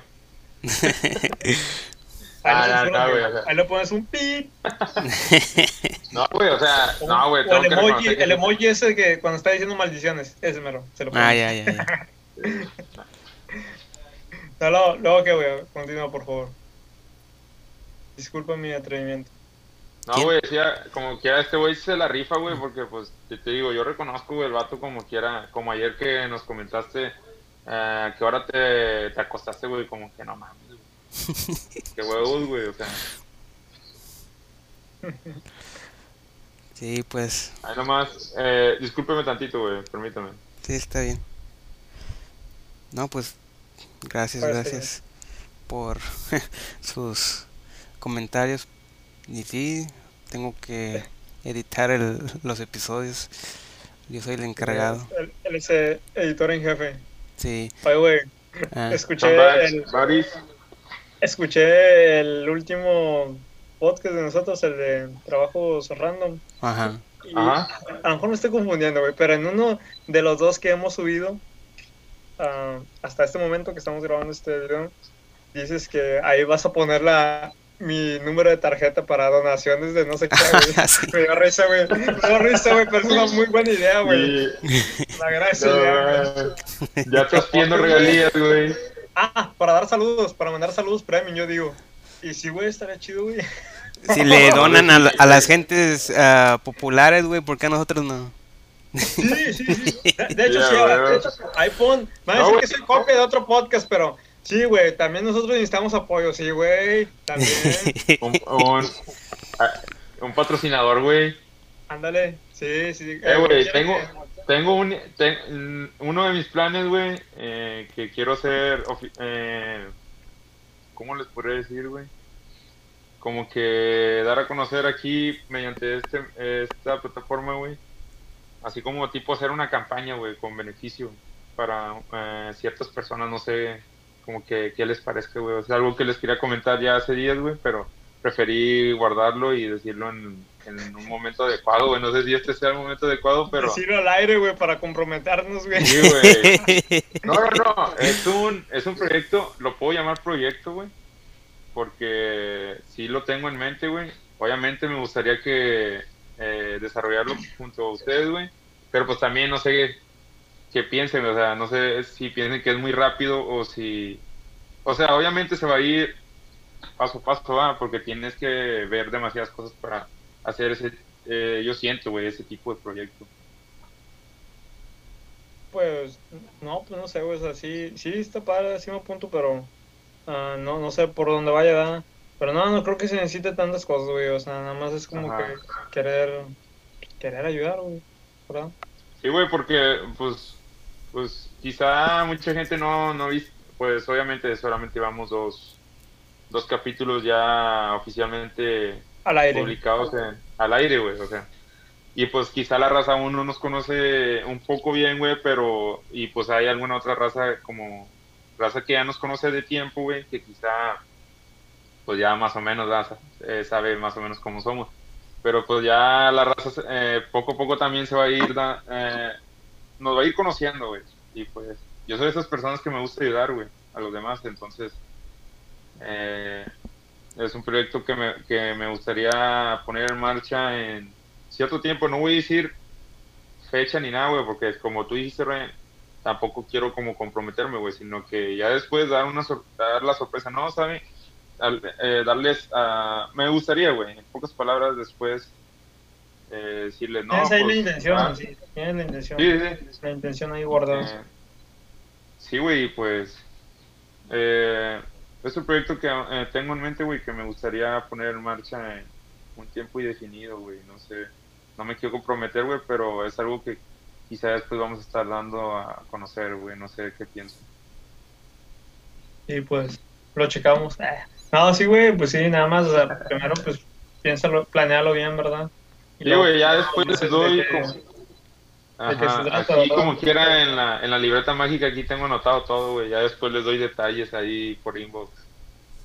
No, güey, o sea. Ahí le pones un pip. No, güey, o sea, no, güey, tengo que reconocer que el emoji ese que cuando está diciendo maldiciones, ese mero, se lo pones. Ya. No, luego que, güey, continúa, por favor. Disculpa mi atrevimiento. No, ¿Quién? güey, decía, como quiera, este güey se la rifa, güey, porque, pues, te digo, yo reconozco, güey, el vato como quiera, como ayer que nos comentaste que ahora te acostaste, güey, como que no mames, güey. Qué huevos, güey, o sea. Sí, pues, Ahí nomás, discúlpeme tantito, güey, permítame. sí, está bien. No, pues, gracias por sus comentarios. Y sí, tengo que editar los episodios. Yo soy el encargado. Él es editor en jefe. Sí. Oye, güey, Ah, escuché el último podcast de nosotros, el de Trabajos Random. ajá. Y a lo mejor me estoy confundiendo, güey, pero en uno de los dos que hemos subido hasta este momento que estamos grabando este video, dices que ahí vas a poner mi número de tarjeta para donaciones de no sé qué, güey. Sí. Me dio risa, güey, pero es una muy buena idea, güey. La gracia, güey. Ya estás pidiendo regalías, güey. Para mandar saludos premium, yo digo. Y sí, güey, estaría chido, güey. Si le donan a las gentes populares, güey, ¿por qué a nosotros no? Sí. De hecho, iPhone. Me va a decir que soy copia de otro podcast, pero sí, güey, también nosotros necesitamos apoyo, sí, güey, también. Un patrocinador, güey. Ándale, sí. Güey, tengo uno de mis planes, güey, que quiero hacer, ¿cómo les podría decir, güey? Como que dar a conocer aquí mediante esta plataforma, güey. Así como tipo hacer una campaña, güey, con beneficio para ciertas personas, no sé, como que qué les parezca, güey. O sea, algo que les quería comentar ya hace días, güey, pero preferí guardarlo y decirlo en un momento adecuado, güey. No sé si este sea el momento adecuado, pero... Decirlo al aire, güey, para comprometernos, güey. Sí, güey. No. Es un proyecto, lo puedo llamar proyecto, güey, porque sí lo tengo en mente, güey. Obviamente me gustaría que desarrollarlo junto a ustedes, güey. Pero pues también no sé qué piensen, o sea, no sé si piensen que es muy rápido o si... O sea, obviamente se va a ir paso a paso, porque tienes que ver demasiadas cosas para hacer yo siento, güey, ese tipo de proyecto. Pues no sé, güey, o sea, sí está padre, sí me apunto, pero no sé por dónde vaya, ¿verdad? Pero no creo que se necesite tantas cosas, güey, o sea, nada más es como que querer ayudar, güey, ¿verdad? Sí, güey, porque, pues quizá mucha gente no viste, pues obviamente solamente vamos dos capítulos ya oficialmente al aire. Publicados al aire, güey, o sea. Y pues quizá la raza aún no nos conoce un poco bien, güey, pero... Y pues hay alguna otra raza como... Raza que ya nos conoce de tiempo, güey, que quizá... Pues ya más o menos sabe más o menos cómo somos. Pero pues ya la raza poco a poco también se va a ir... nos va a ir conociendo, güey. Y pues yo soy de esas personas que me gusta ayudar, güey, a los demás. Entonces... es un proyecto que me gustaría poner en marcha en cierto tiempo. No voy a decir fecha ni nada, güey, porque como tú dijiste, Ryan, tampoco quiero como comprometerme, güey, sino que ya después dar la sorpresa, ¿no? ¿Sabe? Darles me gustaría, güey, en pocas palabras después decirles, no, tienes ahí pues, la intención, sí, tienes la intención. Sí. La intención ahí guardada. Sí, güey, pues es un proyecto que tengo en mente, güey, que me gustaría poner en marcha en un tiempo indefinido, güey. No sé, no me quiero comprometer, güey, pero es algo que quizá después vamos a estar dando a conocer, güey. No sé qué pienso. Sí, pues lo checamos. No, sí, güey, pues sí, nada más. O sea, primero, pues piénsalo, planealo bien, ¿verdad? Sí, güey, ya después les doy aquí como quiera en la libreta mágica, aquí tengo anotado todo, güey. Ya después les doy detalles ahí por inbox.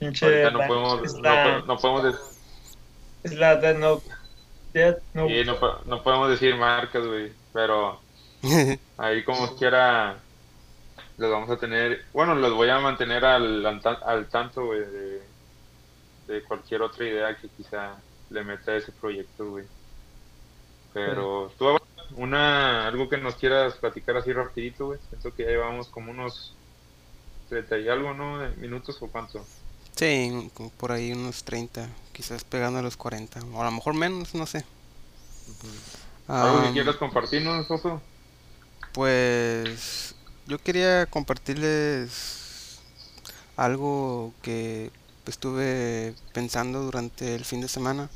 pinche Ahorita no podemos, es no, la no podemos, es la Death Note. Death sí, Note. no, no podemos decir marcas, güey, pero ahí como quiera los vamos a tener, bueno, los voy a mantener al tanto, güey, de cualquier otra idea que quizá le meta a ese proyecto, güey. Pero tú, algo que nos quieras platicar así rapidito, güey. Siento que ya llevamos como unos 30 y algo, ¿no? De minutos o cuánto. Sí, como por ahí unos 30, quizás pegando a los 40, o a lo mejor menos, no sé. Ujú. ¿Algo que Am, quieras compartirnos, Oso? pues yo quería compartirles algo que estuve pensando durante el fin de semana.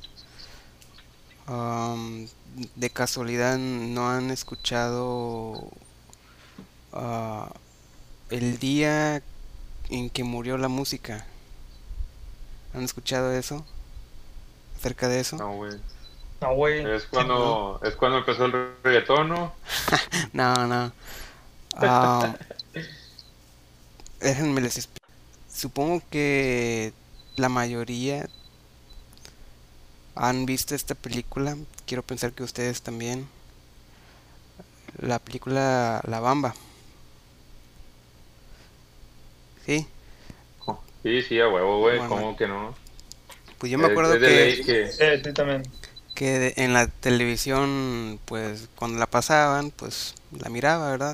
Am, de casualidad no han escuchado ah, el día en que murió la música. ¿Han escuchado eso? ¿Acerca de eso? No, güey. No, güey. ¿No? Es cuando empezó el reggaetón, ¿no? No, no. Am, déjenme les explico. Supongo que la mayoría han visto esta película. Quiero pensar que ustedes también. La película La Bamba. ¿Sí? Sí, sí, a huevo, güey. Bueno, ¿Cómo que no? pues yo me acuerdo Es de ley que... Sí, también. que en la televisión, pues cuando la pasaban, pues la miraba, ¿verdad?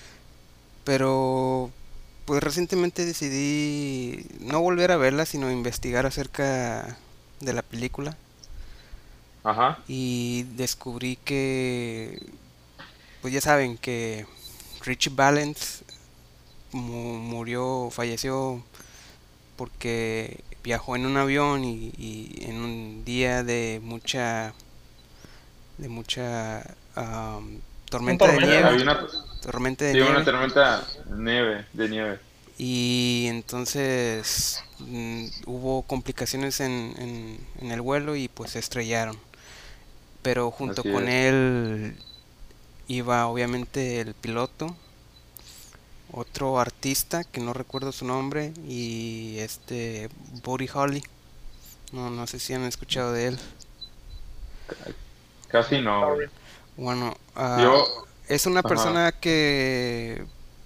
Pero pues recientemente decidí no volver a verla, sino investigar acerca de la película Ajá. y descubrí que, pues ya saben que Richie Valens murió, falleció porque viajó en un avión y en un día de mucha Un tormenta de tormento, ¿no? nieve, Había una... tormenta de Sí, una nieve, tormenta de nieve. y entonces hubo complicaciones en el vuelo y pues se estrellaron. Pero junto Así con es. él iba obviamente el piloto, otro artista que no recuerdo su nombre y este Buddy Holly. No, no sé si han escuchado de él. Casi no, güey. Sorry. Bueno, Yo... es una Ajá. persona que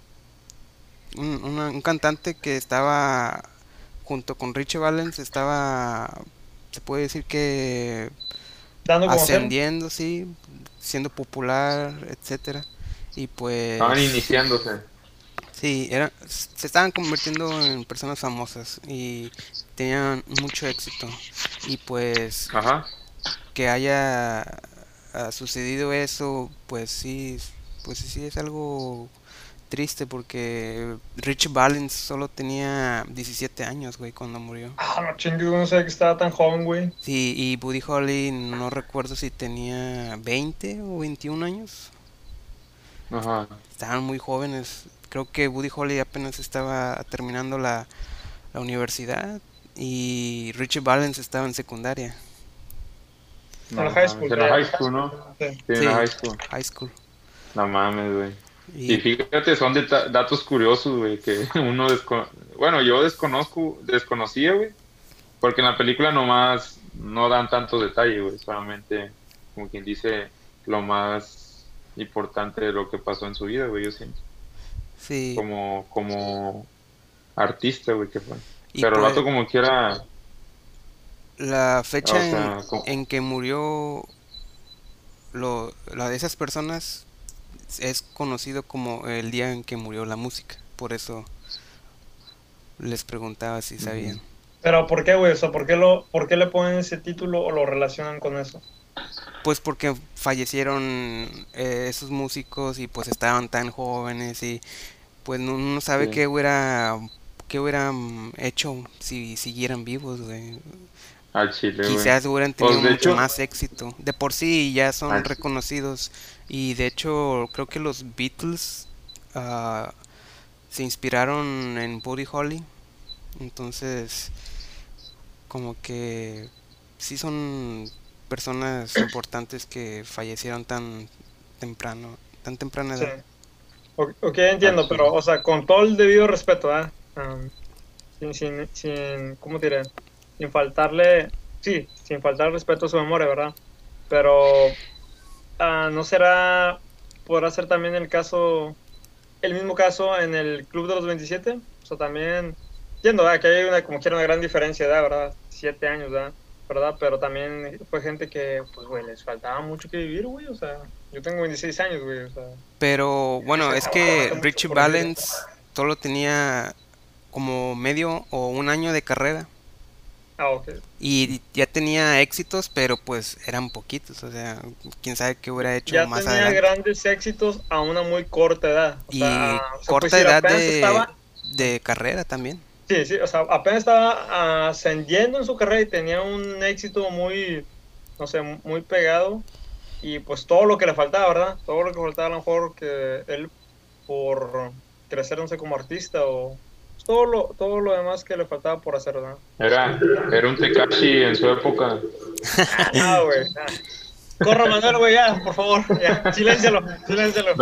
un cantante que estaba junto con Richie Valens, estaba, se puede decir que Dando a conocer. ascendiendo, sí, siendo popular, etcétera. Y Estaban pues iniciándose. sí, se estaban convirtiendo en personas famosas y tenían mucho éxito. Y pues Ajá. que haya sucedido eso, pues sí es algo triste porque Rich Valens solo tenía 17 años, güey, cuando murió. Ah, no chingues, no sé que estaba tan joven, güey. Sí, y Buddy Holly no recuerdo si tenía 20 o 21 años. Ajá. Estaban muy jóvenes. Creo que Buddy Holly apenas estaba terminando la universidad y Richie Valens estaba en secundaria. En No la high mames. school, En la high school, ¿no? Sí. Sí, en la Sí, high school. high school. No mames, güey. Y Y fíjate, son datos curiosos, güey, que bueno, yo desconocía, güey, porque en la película nomás no dan tanto detalle, güey, solamente, como quien dice, lo más importante de lo que pasó en su vida, güey, yo siento, sí, como artista, güey, que fue. y Pero el pues vato como quiera, la o fecha sea, en que murió la de esas personas es conocido como el día en que murió la música. Por eso les preguntaba si ujú. sabían. Pero ¿por qué, güey? O sea, por qué le ponen ese título o lo relacionan con eso? Pues porque fallecieron esos músicos y pues estaban tan jóvenes y pues uno sabe Sí, qué hubieran hecho si siguieran vivos, güey. al chile, güey. Quizás hubieran tenido Pues de mucho hecho, más éxito. De por sí ya son al- reconocidos y de hecho creo que los Beatles ah, se inspiraron en Buddy Holly. Entonces como que sí son personas importantes que fallecieron tan temprana Sí. edad. Ok, al entiendo, pero, chile. o sea, con todo el debido respeto, ¿ah? ¿cómo te diré? Sin faltarle, sí, sin faltar respeto a su memoria, ¿verdad? Pero no podrá ser también el mismo caso en el Club de los 27, o sea, también, entiendo, que hay como quiera una gran diferencia de edad, ¿verdad? 7 años, ¿verdad? Pero también fue gente que, pues, güey, les faltaba mucho que vivir, güey, o sea, yo tengo 26 años, güey, o sea, Pero bueno, es que falta mucho Richie por vivir. Valens solo tenía como medio o un año de carrera Ok. y ya tenía éxitos, pero pues eran poquitos, o sea, quién sabe qué hubiera hecho Ya más tenía adelante. grandes éxitos a una muy corta edad, o sea, Y se puede corta decir, edad apenas estaba. de carrera también. Sí, sí, o sea, apenas estaba ascendiendo en su carrera y tenía un éxito muy, no sé, muy pegado. Y pues todo lo que le faltaba, ¿verdad? Todo lo que faltaba a lo mejor que él por crecer, no sé, como artista o pues, todo lo demás que le faltaba por hacer, ¿verdad? Era un Tekashi en su época. No, güey. Corra, Manuel, güey, ya, por favor, ya. Siléncialo, siléncialo.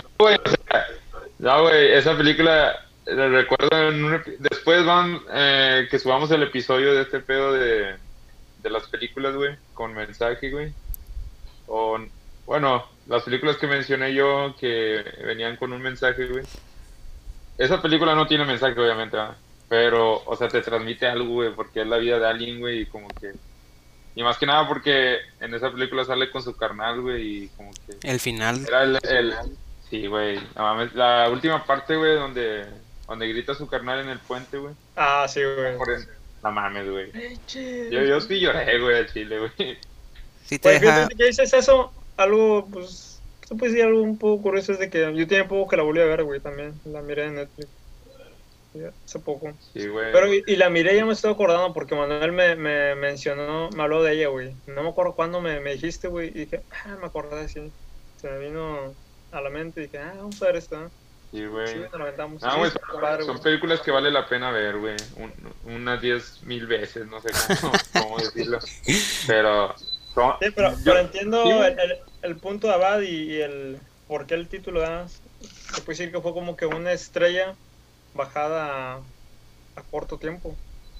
No, güey, esa película la recuerdo después van que subamos el episodio de este pedo de las películas, güey, con mensaje, güey. O, bueno, las películas que mencioné yo que venían con un mensaje, güey. Esa película no tiene mensaje, obviamente, ¿verdad? Pero, o sea, te transmite algo, güey, porque es la vida de alguien, güey, y como que... Y más que nada porque en esa película sale con su carnal, güey, y como que... El final, Era sí, güey, no mames, la última parte, güey, donde grita su carnal en el puente, güey. Ah, sí, güey. No mames, güey. Leche. Yo sí lloré, güey, al chile, güey. sí te Güey, deja. fíjate que dices eso, algo, pues, se puede decir algo un poco curioso, es de que yo tiene poco que la volví a ver, güey, también, la miré en Netflix, ya, hace poco. Sí, güey. Pero, y la miré, ya me estoy acordando, porque Manuel me mencionó, me habló de ella, güey. No me acuerdo cuándo me dijiste, güey, y dije, me acordé, sí. Se me vino a la mente y dije, vamos a ver esta. Sí, Sí, güey. nos la aventamos. No, Sí, güey, está padre, son güey. películas que vale la pena ver, güey. Unas 10,000 veces, no sé cómo decirlo. Pero, Sí, pero sí, entiendo güey. el punto de Abad y el por qué el título da. Se puede decir que fue como que una estrella bajada a corto tiempo.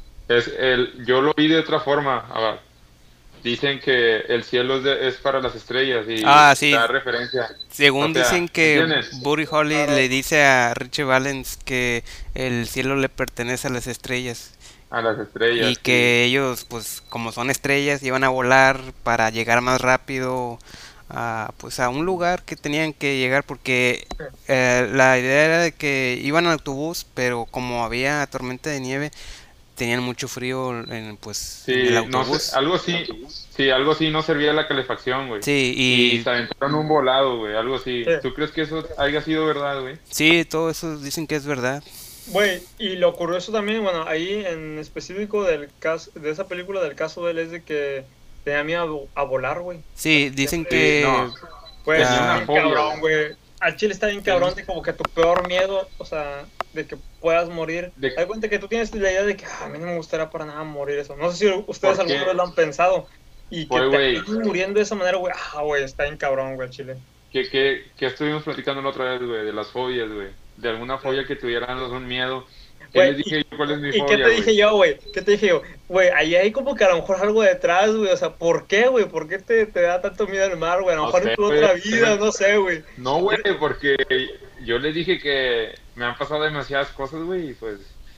Yo lo vi de otra forma. A ver, dicen que el cielo es para las estrellas y Ah, sí, da referencia. O según sea, dicen que ¿entiendes? Buddy Holly Claro. le dice a Richie Valens que el cielo le pertenece a las estrellas A las y estrellas, sí. que ellos, pues como son estrellas, iban a volar para llegar más rápido a, pues a un lugar que tenían que llegar porque la idea era de que iban en autobús, pero como había tormenta de nieve, tenían mucho frío pues en el Sí, no sé, autobús. algo sí, sí, algo sí no servía la calefacción, güey. Sí, Y y se aventaron un volado, güey, algo así. Sí. ¿Tú crees que eso haya sido verdad, güey? sí, todo eso dicen que es verdad. Güey, y lo curioso también, bueno, ahí en específico del caso, de esa película, del caso de él, es de que tenía miedo a volar, güey. O sea, Sí, dicen Sí, que no, güey, eso tenía está una ah, bien fobia, güey. cabrón, güey. Al chile está bien Ten- cabrón de como que tu peor miedo, o sea, de que puedas morir. de, Hay cuenta que tú tienes la idea de que a mí no me gustaría para nada morir eso. No sé si ustedes ¿Por alguna qué? vez lo han pensado. Y que Pues, te güey, acabes muriendo de esa manera, güey. Güey, está bien cabrón, güey, al chile. que estuvimos platicando la otra vez, güey, de las fobias, güey. De alguna fobia que tuvieran, un miedo. ¿Qué Güey, les dije yo? ¿Cuál es mi ¿y qué fobia, te güey? dije yo, güey? ¿Qué te dije yo? Güey, ahí hay como que a lo mejor algo detrás, güey. O sea, ¿por qué, güey? ¿Por qué te da tanto miedo el mar, güey? A lo No mejor en sé, tu güey. otra vida, no sé, güey. No, güey, porque yo les dije que me han pasado demasiadas cosas, güey, y pues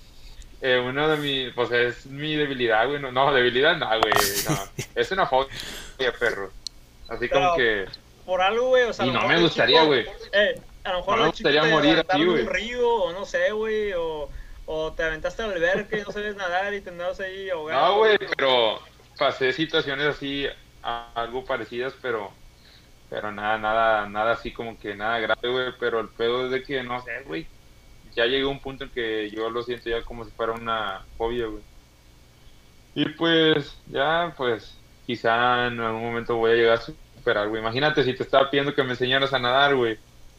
uno de pues es mi debilidad, güey. No, debilidad no, güey, no. Es una fobia, perro. Así como Pero que... por algo, güey, o sea, a Y lo no mejor me de gustaría, chico, güey. a lo No mejor me de chico gustaría te morir así, aventaron güey. un río, o no sé, güey, o te aventaste al alberca y no sabes nadar y te andabas ahí No, ahogando, güey, güey. pero pasé situaciones así, algo parecidas, pero nada así como que nada grave, güey. Pero el pedo es de que, no sé, güey. Ya llegó un punto en que yo lo siento ya como si fuera una fobia, güey. Y pues, ya, pues, quizá en algún momento voy a llegar a superar, güey. Imagínate si te estaba pidiendo que me enseñaras a nadar, güey.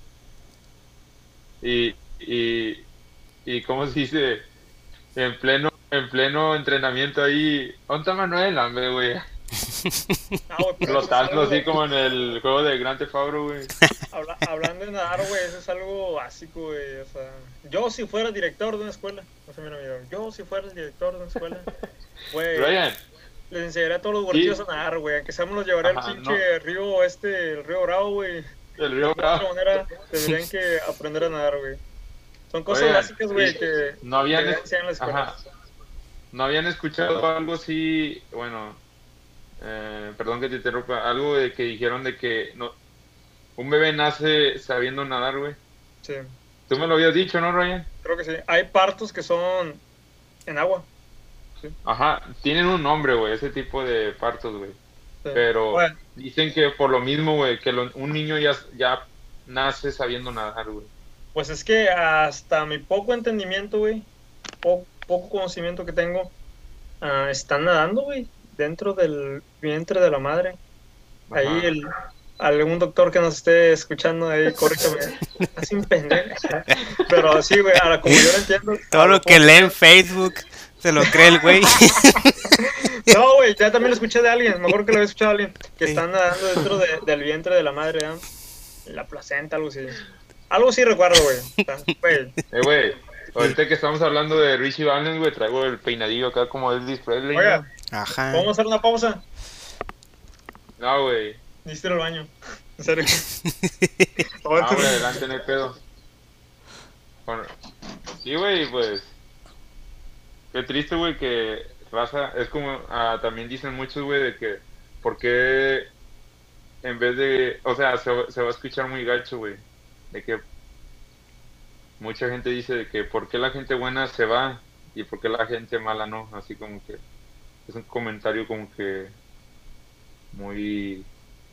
Y, y, y ¿cómo se dice? En pleno entrenamiento ahí. ¿Dónde está Manuel? Hombre, güey. Ah, güey, pero eso es Flotando algo, así como en el juego de Grand Theft Auto, güey. hablando de nadar, güey, eso es algo básico, güey. O sea, yo si fuera director de una escuela, no sé, mira, amigo, yo si fuera el director de una escuela, güey, Ryan, les enseñaría a todos los sí, huertillos a nadar, güey. Aunque sea, me los llevaré al ajá, pinche no, río el río Bravo, güey. el De río alguna Bravo. otra manera tendrían que aprender a nadar, güey. Son cosas Oigan, básicas, y güey, que no habían, deberían enseñar en las ajá, escuelas. no habían escuchado algo así, bueno, perdón que te interrumpa, algo de que dijeron de que no, un bebé nace sabiendo nadar, güey. Sí, Tú me lo habías dicho, ¿no, Ryan? creo que sí. Hay partos que son en agua. Sí, Ajá, tienen un nombre, güey, ese tipo de partos, güey. sí. Pero Bueno, dicen que por lo mismo, güey, que un niño ya nace sabiendo nadar, güey. pues es que hasta mi poco entendimiento, güey, poco conocimiento que tengo, están nadando, güey, dentro del vientre de la madre. Ahí Ajá. algún doctor que nos esté escuchando ahí, corrígeme, así un pendejo. Pero sí, güey, ahora como yo lo entiendo, Todo lo que lee en Facebook se lo cree el güey. No, güey, ya también lo escuché de alguien, mejor que lo había escuchado de alguien, que Sí. están nadando dentro del vientre de la madre, ¿no? La placenta, algo así. Algo sí recuerdo, güey. O sea, güey. Güey, ahorita que estamos hablando de Richie Valens, güey, traigo el peinadillo acá como Elvis Presley, Oiga, ¿no? Ajá. ¿podemos hacer una pausa? No, güey. Necesito ir al baño. En serio. No, güey, adelante, no hay pedo. Bueno, sí, güey, pues, qué triste, güey, que raza, es como, también dicen muchos, güey, de que, ¿por qué en vez de, o sea, se va a escuchar muy gacho, güey, de que mucha gente dice de que, ¿por qué la gente buena se va y por qué la gente mala no? Así como que, es un comentario como que muy,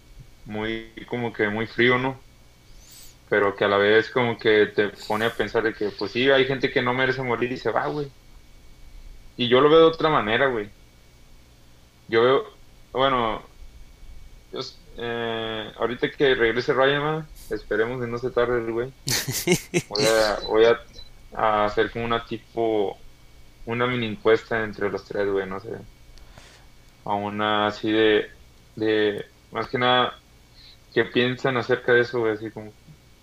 como que muy frío, ¿no? Pero que a la vez como que te pone a pensar de que, pues sí, hay gente que no merece morir y se va, güey. Y yo lo veo de otra manera, güey. Yo veo, bueno, ahorita que regrese Ryan, esperemos que no se tarde el güey. Voy a hacer como una mini encuesta entre los tres, güey, no sé. A una así más que nada, ¿qué piensan acerca de eso, güey? Así como,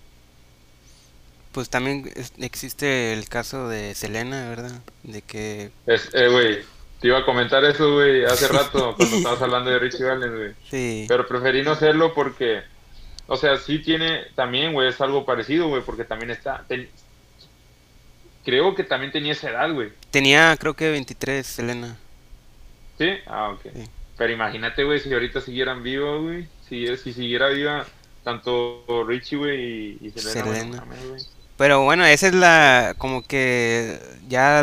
Pues también existe el caso de Selena, ¿verdad? De que güey, te iba a comentar eso, güey, hace rato cuando estabas hablando de Richie Valens, güey. sí, Pero preferí no hacerlo porque, o sea, sí tiene, también, güey, es algo parecido, güey, porque también creo que también tenía esa edad, güey. tenía creo que 23 Selena. ¿Sí? Ah, ok. Sí. Pero imagínate, güey, si ahorita siguieran vivos, güey, si siguiera viva tanto Richie, güey, y Selena, güey, no Selena. mames, güey. Pero bueno, esa es la como que ya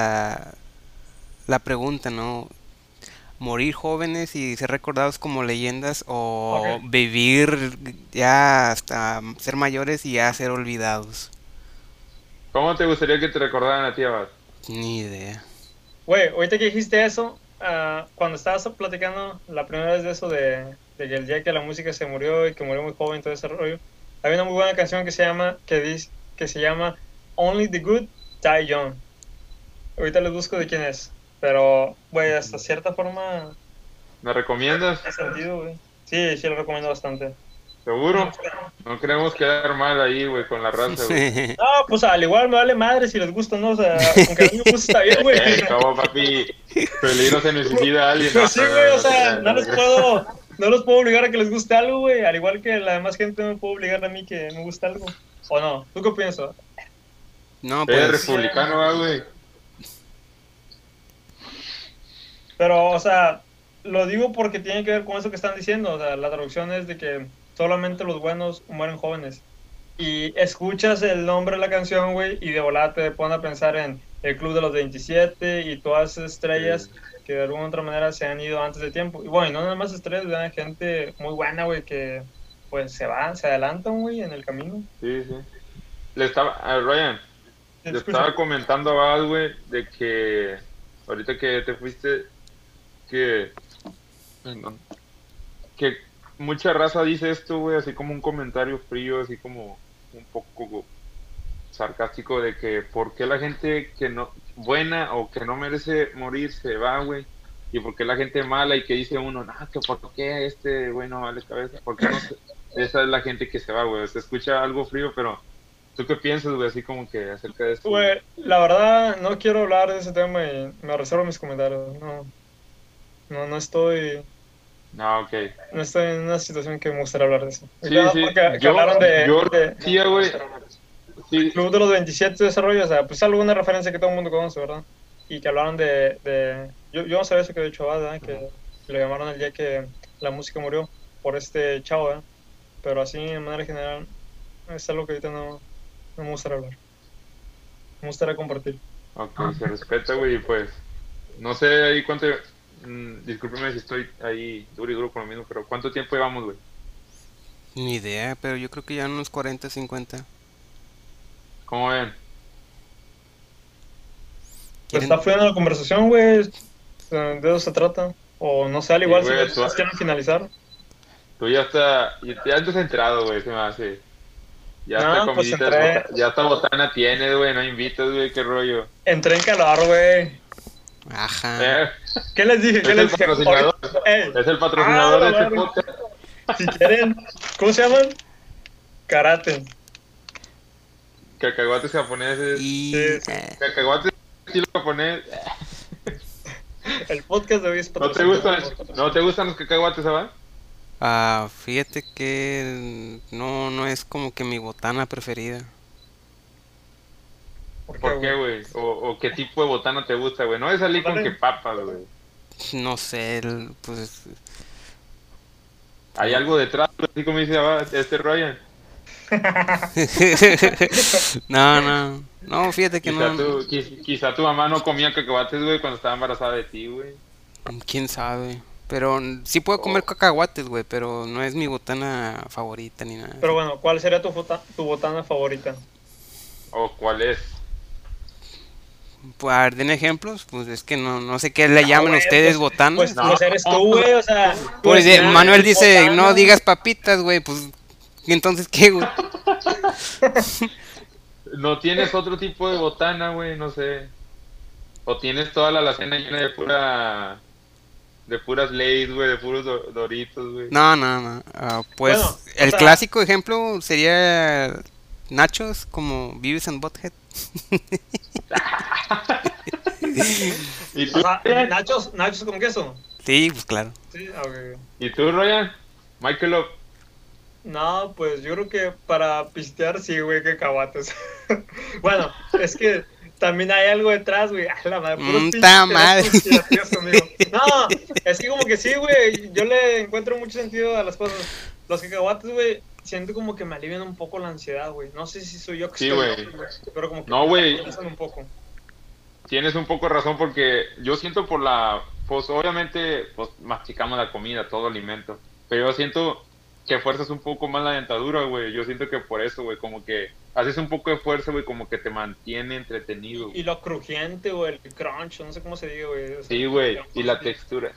la pregunta, ¿no? Morir jóvenes y ser recordados como leyendas o Ok. vivir ya hasta ser mayores y ya ser olvidados. ¿Cómo te gustaría que te recordaran a ti, Abad? Ni idea. Güey, ahorita que dijiste eso, cuando estabas platicando la primera vez de eso, de que el día que la música se murió y que murió muy joven, todo ese rollo, había una muy buena canción que se llama Only the Good Die Young. Ahorita les busco de quién es, pero, güey, hasta cierta forma ¿Me recomiendas? hace sentido, güey. Sí, sí lo recomiendo bastante. ¿Seguro? No queremos quedar mal ahí, güey, con la raza, güey. No, pues al igual me vale madre si les gusta, ¿no? O sea, aunque a mí me gusta está bien, güey. ¿Cómo, papi? Peligro se necesita a alguien. Pues sí, güey, o sea, No, no los puedo obligar a que les guste algo, güey. Al igual que la demás gente no me puede obligar a mí que me guste algo. ¿O no? ¿Tú qué piensas? No, eres pues republicano, güey. Pero, o sea, lo digo porque tiene que ver con eso que están diciendo. O sea, la traducción es de que solamente los buenos mueren jóvenes. Y escuchas el nombre de la canción, güey, y de volada te pone a pensar en el Club de los 27 y todas esas estrellas que de alguna u otra manera se han ido antes de tiempo. Y bueno, y no nada más estrellas, hay gente muy buena, güey, que pues se adelantan, güey, en el camino. Sí, sí. Ryan, ¿Te le escucho? estaba comentando a Bad, güey, de que ahorita que te fuiste, que, perdón, que mucha raza dice esto, güey, así como un comentario frío, así como un poco sarcástico de que por qué la gente que no buena o que no merece morir se va, güey. y por qué la gente es mala y que dice uno, que por qué este güey no vale cabeza, por qué no se... Esa es la gente que se va, güey, se escucha algo frío, pero ¿tú qué piensas, güey, así como que acerca de esto? Güey, la verdad no quiero hablar de ese tema y me reservo mis comentarios. No estoy... No, ok. No estoy en una situación que me gustaría hablar de eso. Sí, Ya, sí, porque yo hablaron decía, güey, sí, Club de los 27 de desarrollo, o sea, pues alguna referencia que todo el mundo conoce, ¿verdad? Y que hablaron yo no sabía eso que de hecho, ¿verdad? Que lo llamaron el día que la música murió por este chavo, ¿verdad? Pero así, de manera general, es algo que ahorita no me gustaría hablar. Me gustaría compartir. ok, se respeta, güey, y pues, no sé ahí cuánto, discúlpeme si estoy ahí duro y duro con lo mismo, pero ¿cuánto tiempo llevamos, güey? Ni idea, pero yo creo que ya unos 40, 50. ¿Cómo ven? Pues ¿Quieren? está fluyendo la conversación, güey. De eso se trata. O no sé, al Sí, igual si güey, ustedes quieren finalizar. tú ya estás entrado, güey, se me hace. Ya hasta No, pues comiditas, ya hasta botana tienes, güey, no invitas, güey, qué rollo. entré en calor, güey. Ajá. Eh, ¿Qué les dije? ¿Qué es les el dije? patrocinador, Ey. es el patrocinador de la este madre. podcast. Si quieren, ¿cómo se llaman? Karate. Cacahuates japoneses, Y... Sí. cacahuates estilo japonés. El podcast de hoy es ¿No te patrocinado gustan, por- no te gustan los cacahuates, ¿sabes? fíjate que no es como que mi botana preferida. ¿Por qué, güey? O qué tipo de botana te gusta, güey? No es salir con que papas, güey. No sé, pues... Hay algo detrás, así como dice este Ryan. No, fíjate que Quizá no, quizá tu mamá no comía cacahuates, güey, cuando estaba embarazada de ti, güey. quién sabe. Pero sí puedo comer O, cacahuates, güey, pero no es mi botana favorita ni nada. Pero bueno, ¿cuál sería tu botana favorita? o cuál es. Pues, a ver, den ejemplos, pues es que no sé qué le llaman güey, ustedes pues botanas. No. pues eres tú, güey, o sea. Pues pues, Manuel dice, botana. no digas papitas, güey, pues entonces ¿qué, güey? ¿No tienes otro tipo de botana, güey? No sé. O tienes toda la alacena llena de puras Lay's, güey, de puros Doritos, güey. No. Pues Bueno, o el sea- clásico ejemplo sería nachos como Beavis and Butthead. ¿Y tú, O sea, nachos con queso. Sí, pues claro. Sí, ok. ¿Y tú, Ryan? Michael Love. No, pues yo creo que para pistear sí, güey, cacahuates. Bueno, es que también hay algo detrás, güey. A la madre, puros pinches Ta teorías madre. conspirativas conmigo. No, es que como que sí, güey. Yo le encuentro mucho sentido a las cosas. Los cacahuates, güey, siento como que me alivian un poco la ansiedad, güey. No sé si soy yo que Sí, estoy güey. loco, pero como que No, güey. me tranquilizan un poco. Tienes un poco de razón porque yo siento pues obviamente, pues masticamos la comida, todo alimento, pero yo siento que fuerzas un poco más la dentadura, güey. Yo siento que por eso, güey, como que haces un poco de fuerza, güey, como que te mantiene entretenido, Y güey. lo crujiente, güey, el crunch, no sé cómo se diga, güey. O sea, Sí, güey, y la textura.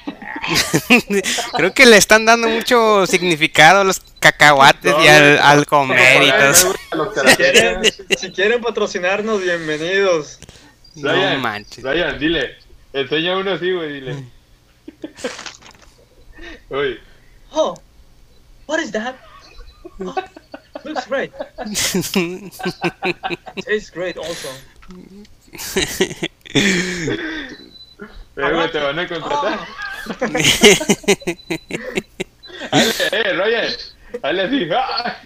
Creo que le están dando mucho significado a los cacahuates No, y güey, al comer y todo eso. Los Si quieren patrocinarnos, bienvenidos. No Ryan, manches. Ryan, dile, enseña uno así, güey, dile. Uy, Oh, what is that? Oh, looks great. Tastes great also. güey, te van a contratar. Oh. Hazle, Ryan, hazle así. ¡Ah!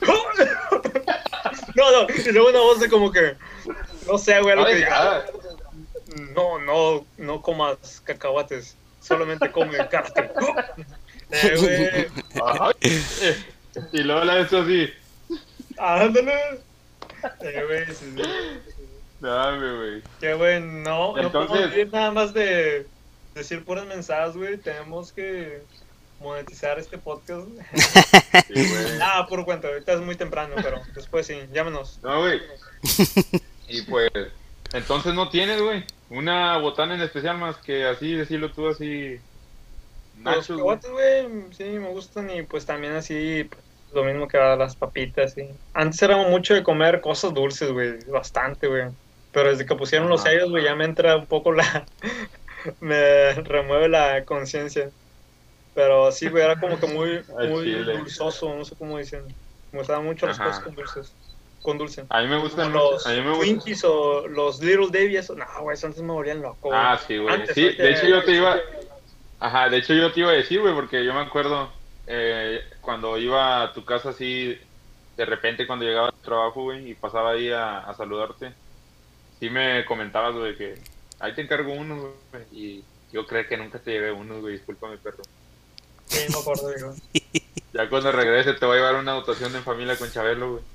No, y luego una voz de como que, no sé, güey, algo que Ay, diga, no comas cacahuates, solamente come carne. Güey, Ay, y luego la ves así. ándale. Güey, sí. Dame, güey. Que, güey, no podemos Entonces- vivir nada más de decir puras mensajes, güey, tenemos que monetizar este podcast. Sí, güey. Ah, por cuenta, ahorita es muy temprano, pero después sí, llámenos. No, güey. Y pues, entonces no tienes, güey, una botana en especial más que así, decirlo tú así. Los Nachos, güey. cacahuates, güey, sí, me gustan y pues también así, pues, lo mismo que las papitas, sí. Antes éramos mucho de comer cosas dulces, güey, bastante, güey. Pero desde que pusieron los Ajá. sellos, güey, ya me entra un poco me remueve la conciencia. Pero sí, güey, era como que muy, Al muy chile. dulzoso, no sé cómo dicen. Me gustaban mucho las cosas Ajá. con dulces, con dulce. A mí me Como gustan mucho, a los mí me gusta. Twinkies o los Little Debbie, eso. No, güey, eso antes me volvían loco, güey. Ah, sí, güey. Antes, Sí, ahorita de hecho yo te sí. iba, ajá, de hecho yo te iba a decir, güey, porque yo me acuerdo cuando iba a tu casa así, de repente cuando llegaba al trabajo, güey, y pasaba ahí a saludarte, sí me comentabas, güey, que ahí te encargo uno, güey, y yo creo que nunca te llevé uno, güey, discúlpame, perro. Sí, me acuerdo, digo. Ya cuando regrese te voy a llevar una dotación en familia con Chabelo, güey.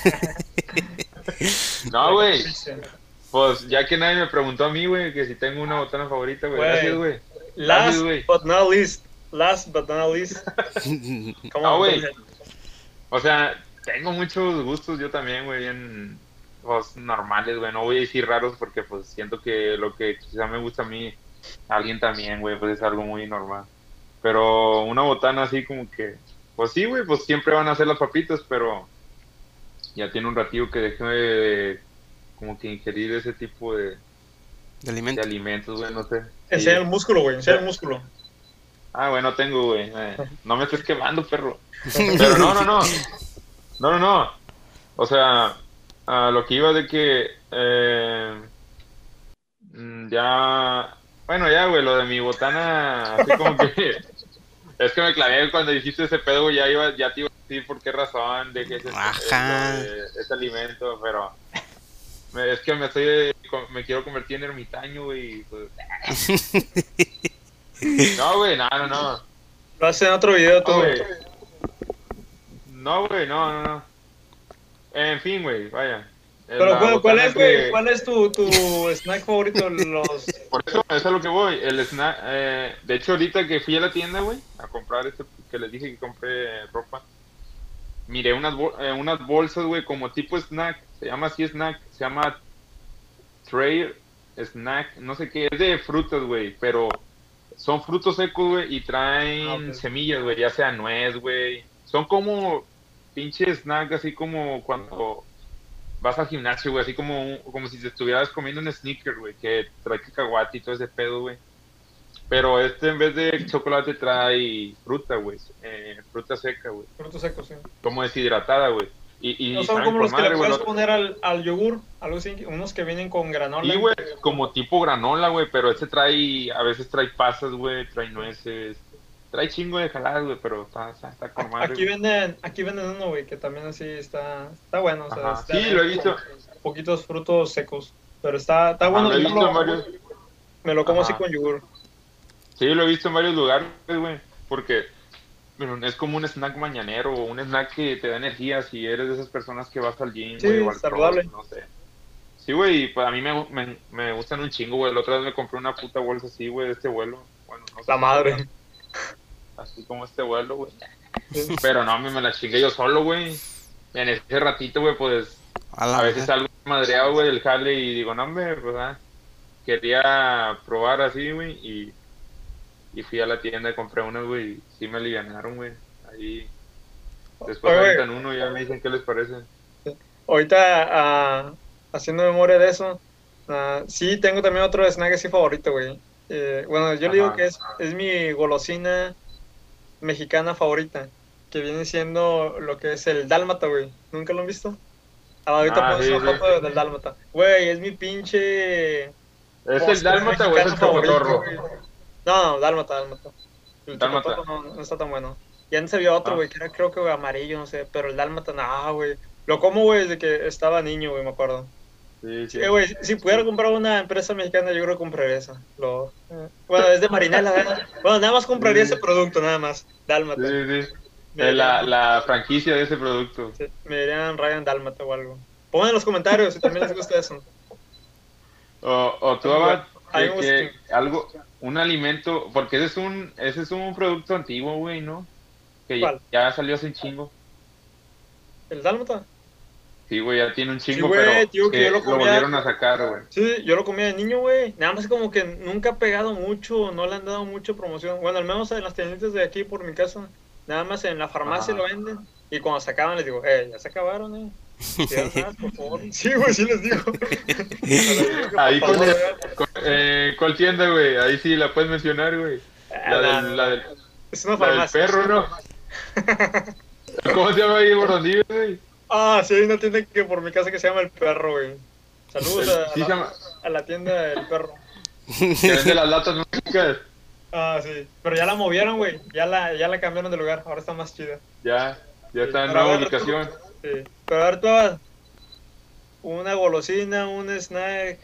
No, La güey, capricia. pues ya que nadie me preguntó a mí, güey, que si tengo una botana favorita, güey. Gracias, Güey, güey. Gracias, last güey. but not least. Last but not least. Come No, on, go güey. ahead. O sea, tengo muchos gustos yo también, güey, bien pues, normales, güey. No voy a decir raros porque pues siento que lo que quizá me gusta a mí, a alguien también, güey, pues es algo muy normal. Pero una botana así como que, pues sí, güey, pues siempre van a ser las papitas, pero ya tiene un ratillo que dejé de como que ingerir ese tipo De de alimento. alimentos, güey, no sé. Enseña Sí. el músculo, güey, enseña el músculo. Ah, güey, no tengo, güey. No me estés quemando, perro. Pero no, no, no. No, no, no. O sea, a lo que iba de que ya, bueno, ya, güey, lo de mi botana, así como que es que me clavé cuando dijiste ese pedo, güey, ya te iba a decir por qué razón dejé lo Ajá. de ese alimento, pero es que me quiero convertir en ermitaño, güey. Y, pues, no, güey, no, no, no. Lo haces en otro video tú. No, güey. No, güey, no, no, no. En fin, güey, vaya. Pero, La ¿cuál botana es, güey? que... ¿Cuál es tu snack favorito? Por eso es a lo que voy. El snack, de hecho, ahorita que fui a la tienda, güey, a comprar que les dije que compré ropa, miré unas bolsas, güey, como tipo snack. Se llama así snack. Se llama Trail Snack. No sé qué. Es de frutas, güey, pero son frutos secos, güey, y Ah, traen ok. semillas, güey, ya sea nuez, güey. Son como pinche snack, así como cuando vas al gimnasio, güey, así como si te estuvieras comiendo un sneaker, güey, que trae cacahuate y todo ese pedo, güey. Pero este en vez de chocolate trae fruta, güey, fruta seca, güey, Frutos secos, sí. como deshidratada, güey. No Y son saben como con los que le madre, güey. puedes poner al yogur, algo así, unos que vienen con Sí, granola. güey, como tipo granola, güey, pero este a veces trae pasas, güey, trae nueces, trae chingo de jaladas, güey, pero está con madre, güey. Aquí venden uno, güey, que también así está bueno, o sea, Ajá, sí, lo he viene con visto, poquitos frutos secos, pero está ajá, bueno, lo he visto en varios, me lo como así ajá, con yogur. sí, lo he visto en varios lugares, güey, porque bueno, es como un snack mañanero o un snack que te da energía si eres de esas personas que vas al gym, güey, o Sí, al cross, saludable, no sé. Sí, güey, y pues a mí me gustan un chingo, güey. La otra vez me compré una puta bolsa así, güey, de este vuelo. Bueno, no sé la si sea tan madre. así como este vuelo, güey. Sí. Pero no, me la chingué yo solo, güey. En ese ratito, güey, pues A la a veces madre. salgo madreado, güey, del jale y digo, no, hombre, pues quería probar así, güey, y fui a la tienda y compré unas, güey, y sí me alivianaron, güey. Ahí, después Oye, güey, avientan uno y ya me dicen qué les parece. ahorita haciendo memoria de eso, sí tengo también otro snack así favorito, güey. Bueno, yo le digo que Ajá. es mi golosina mexicana favorita, que viene siendo lo que es el dálmata, güey. ¿Nunca lo han visto? Ahorita Ah, pones sí, una sí. foto del dálmata. Güey, es mi pinche ¿Es el postre dálmata o es mexicano el favorito, chocotorro? güey. No, dálmata. El chocotorro Dálmata. no está tan bueno. Y antes había otro, Ah, güey, que era creo que güey, amarillo, no sé, pero el dálmata, no, güey. Lo como, güey, desde que estaba niño, güey, me acuerdo. sí, Sí, sí. güey, si pudiera comprar una empresa mexicana, yo creo que compraría esa. Bueno, es de Marinela, ¿verdad? Bueno, nada más compraría ese Sí, producto, nada más. sí, Dálmata. sí. Me dirían, La franquicia de ese producto. sí, me dirían Ryan Dálmata o algo. Pongan en los comentarios si también les gusta eso. O Está tú, muy bueno. Abad, A mí me gusta. un alimento, porque ese es un producto antiguo, güey, ¿no? Que ¿Cuál? ya salió hace un chingo. ¿El Dálmata? Sí, güey, ya tiene un Sí, chingo, güey, pero tío, que yo que lo lo comía. volvieron a sacar, güey. Sí, yo lo comía de niño, güey. Nada más como que nunca ha pegado mucho, no le han dado mucha promoción. Bueno, al menos en las tienditas de aquí por mi casa, nada más en la farmacia lo Ajá. venden. Y cuando se acaban les digo, ya se acabaron, Piernas, por favor. Sí, güey, sí les digo. Ahí Por favor, ¿cuál tienda, güey? Ahí sí la puedes mencionar, güey. Es una La del farmacia. perro, ¿no? ¿Cómo se llama ahí por donde vives, güey? Ah, sí, hay una tienda que por mi casa que se llama El Perro, güey. Saludos Sí, se llama. a la tienda del Perro. Que vende las latas mágicas. Ah, sí. Pero ya la movieron, güey. Ya la cambiaron de lugar. Ahora está más chida. Ya está en Pero a nueva ver, ubicación. Sí. Pero a ver, tú, Abad, una golosina, un snack,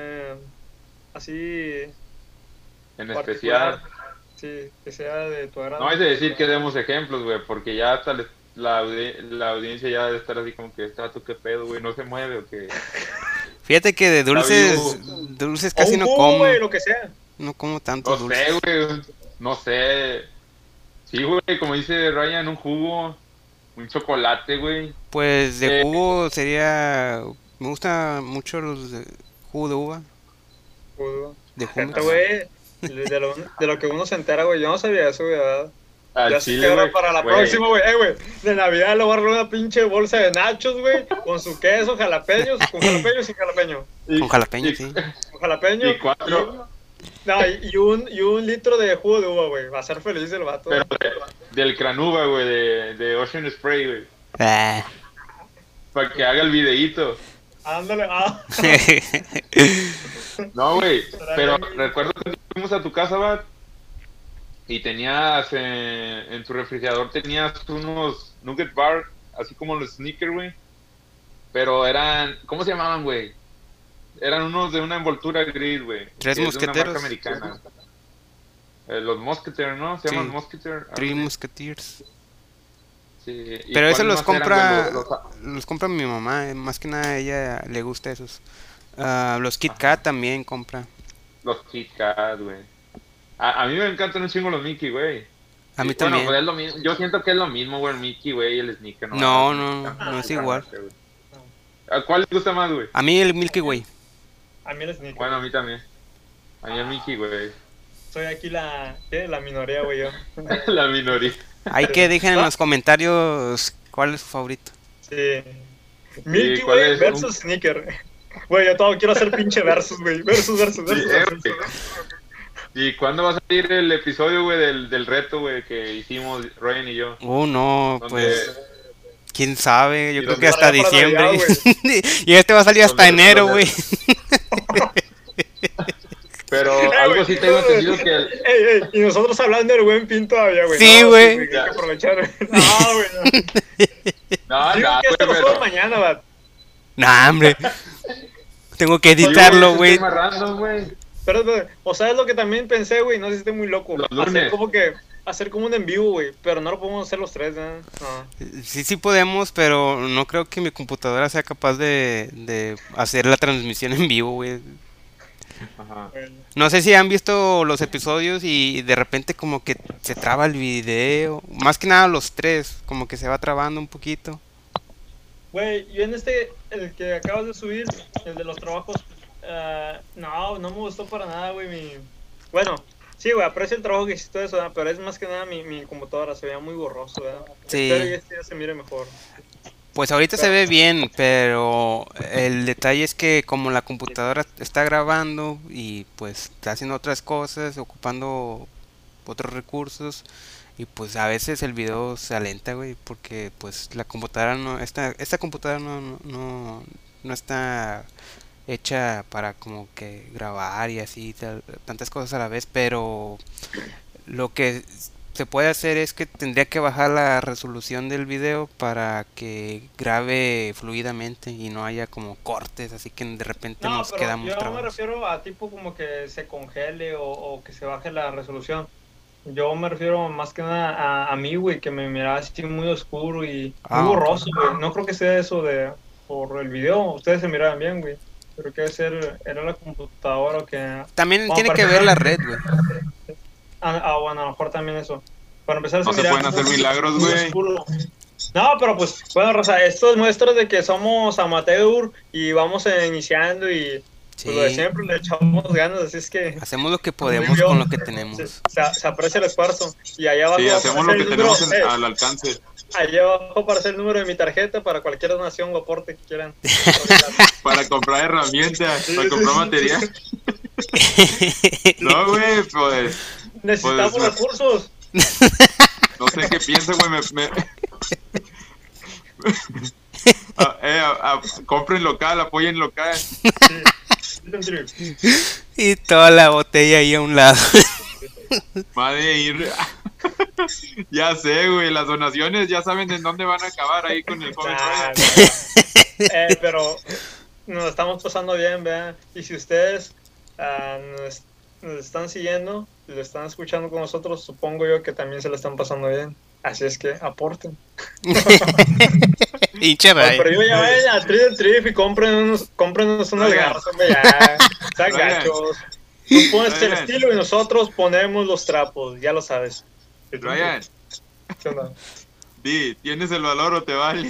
así En particular. especial. Sí, que sea de tu agrado. No es de decir que demos ejemplos, güey, porque ya hasta la audiencia ya debe estar así como que está tú qué pedo, güey, no se mueve o que... Fíjate que de dulces O casi un no jugo, como. güey, lo que sea. No como tantos No dulces. sé, güey, no sé. Sí, güey, como dice Ryan, un jugo, un chocolate, güey. Pues de Eh, jugo sería... Me gusta mucho los de jugo de uva, Jugo. de Neta, hummus. güey, de lo que uno se entera, güey. Yo no sabía eso, güey, ¿verdad? Al Ya sé chile, que ahora güey, para la güey. próxima, güey, de Navidad le voy a dar una pinche bolsa de nachos, güey, con su queso, jalapeños, con jalapeños y sin jalapeño. Con jalapeño, sí. Con jalapeño. Y 4, No, y un litro de jugo de uva, güey. Va a ser feliz el vato. pero del Cranuba, güey, de Ocean Spray, güey. Ah. Para que haga el videíto. Ándale, No, güey, pero recuerdo que fuimos a tu casa, Bat, y tenías en tu refrigerador tenías unos Nugget Bar, así como los Snickers, güey. Pero eran, ¿cómo se llamaban, güey? Eran unos de una envoltura gris, güey. Tres que es de una mosqueteros. marca americana. Los Musketeers, ¿no? Se Sí. llaman Musketeers. Three Musketeers. Sí. ¿Y Pero eso cuáles los más eran, compra güey? los compra mi mamá, más que nada a ella le gusta esos. Los Kit Kat también compra. Los Kit Kat, güey. A mí me encantan un chingo los Mickey, güey. A mí Bueno, también. pues es lo mismo. Yo siento que es lo mismo, güey, el Mickey, güey, y el Snicker. No es igual. ¿A cuál le gusta más, güey? A mí el Milky Way. A mí el sneaker. Bueno, a mí también. A mí el Mickey, güey. Soy aquí la minoría, güey, yo. La minoría. Hay que dejen en los comentarios cuál es su favorito. Sí. Milky ¿cuál Way es? versus sneaker. Güey, yo todo quiero hacer pinche versus, güey. Versus. Sí, güey. ¿Y cuándo va a salir el episodio, güey, del reto, güey, que hicimos Ryan y yo? No, Donde- pues quién sabe, yo ¿Y creo dónde que hasta para diciembre. Navidad, Y este va a salir hasta ¿Dónde- enero, dónde- güey. Pero algo sí tengo entendido que... Ey, y nosotros hablando del buen pin todavía, güey. Sí, No, güey. Hay que aprovechar, güey. No, güey. No, Digo no, que esto lo güey, subo pero... mañana, va. Nah, hombre. Tengo que Sí, editarlo, es güey. un tema random, güey. Pero, o sea, es lo que también pensé, güey. No sé si estoy muy loco. Los lunes. Hacer como un en vivo, güey. Pero no lo podemos hacer los tres, ¿no? No. Sí podemos, pero no creo que mi computadora sea capaz de hacer la transmisión en vivo, güey. Ajá. Bueno. No sé si han visto los episodios y de repente como que se traba el video. Más que nada los tres, como que se va trabando un poquito. Güey, yo en el que acabas de subir, el de los trabajos, no me gustó para nada, güey, Bueno, sí, güey, aprecio el trabajo que hiciste eso, ¿verdad? Pero es más que nada mi computadora, se veía muy borroso, ¿verdad? Sí. Espero que este ya se mire mejor. Pues ahorita se ve bien, pero el detalle es que como la computadora está grabando y pues está haciendo otras cosas, ocupando otros recursos y pues a veces el video se alenta, güey, porque pues la computadora esta computadora no está hecha para como que grabar y así tantas cosas a la vez, pero lo que se puede hacer es que tendría que bajar la resolución del video para que grabe fluidamente y no haya como cortes, así que de repente No, nos pero quedamos yo me trabados. refiero a tipo como que se congele o que se baje la resolución. Yo me refiero más que nada a mí, güey, que me miraba así muy oscuro y muy borroso, güey. No creo que sea eso por el video. Ustedes se miraban bien, güey. Pero que era la computadora o que... También Bueno, tiene para que ver empezar- la red, güey. bueno, a lo mejor también eso. Para empezar, No se miraba pueden hacer muy- milagros, muy güey. oscuro. No, pero pues, bueno, Rosa, esto es muestra de que somos amateur y vamos iniciando y pues lo de Sí, siempre le echamos ganas, así es que hacemos lo que podemos yo- con lo que tenemos. se aprecia el esfuerzo. Y allá abajo Sí, va a hacemos lo aparecer que el número, tenemos al alcance. Ahí abajo aparece el número de mi tarjeta para cualquier donación o aporte que quieran. Para comprar herramientas, Sí, para sí, comprar sí. material. No, güey, pues Necesitamos Pues, recursos. no sé qué piensa, güey. Compren local, apoyen local. Sí. Y toda la botella ahí a un lado. Madre ir. Ya sé, güey, las donaciones ya saben en dónde van a acabar ahí con el joven Nah, Ryan. pero nos estamos pasando bien, vean. Y si ustedes nos están siguiendo y lo están escuchando con nosotros, supongo yo que también se lo están pasando bien. Así es que aporten. Hinche Ryan. Pero ya vayan a Trip y cómprenos unas Ryan. garras, hombre, ya. Sean Ryan. gachos. Tú pones el Ryan. estilo y nosotros ponemos los trapos, ya lo sabes. Ryan, ¿Qué onda? di, ¿tienes el valor o te vale?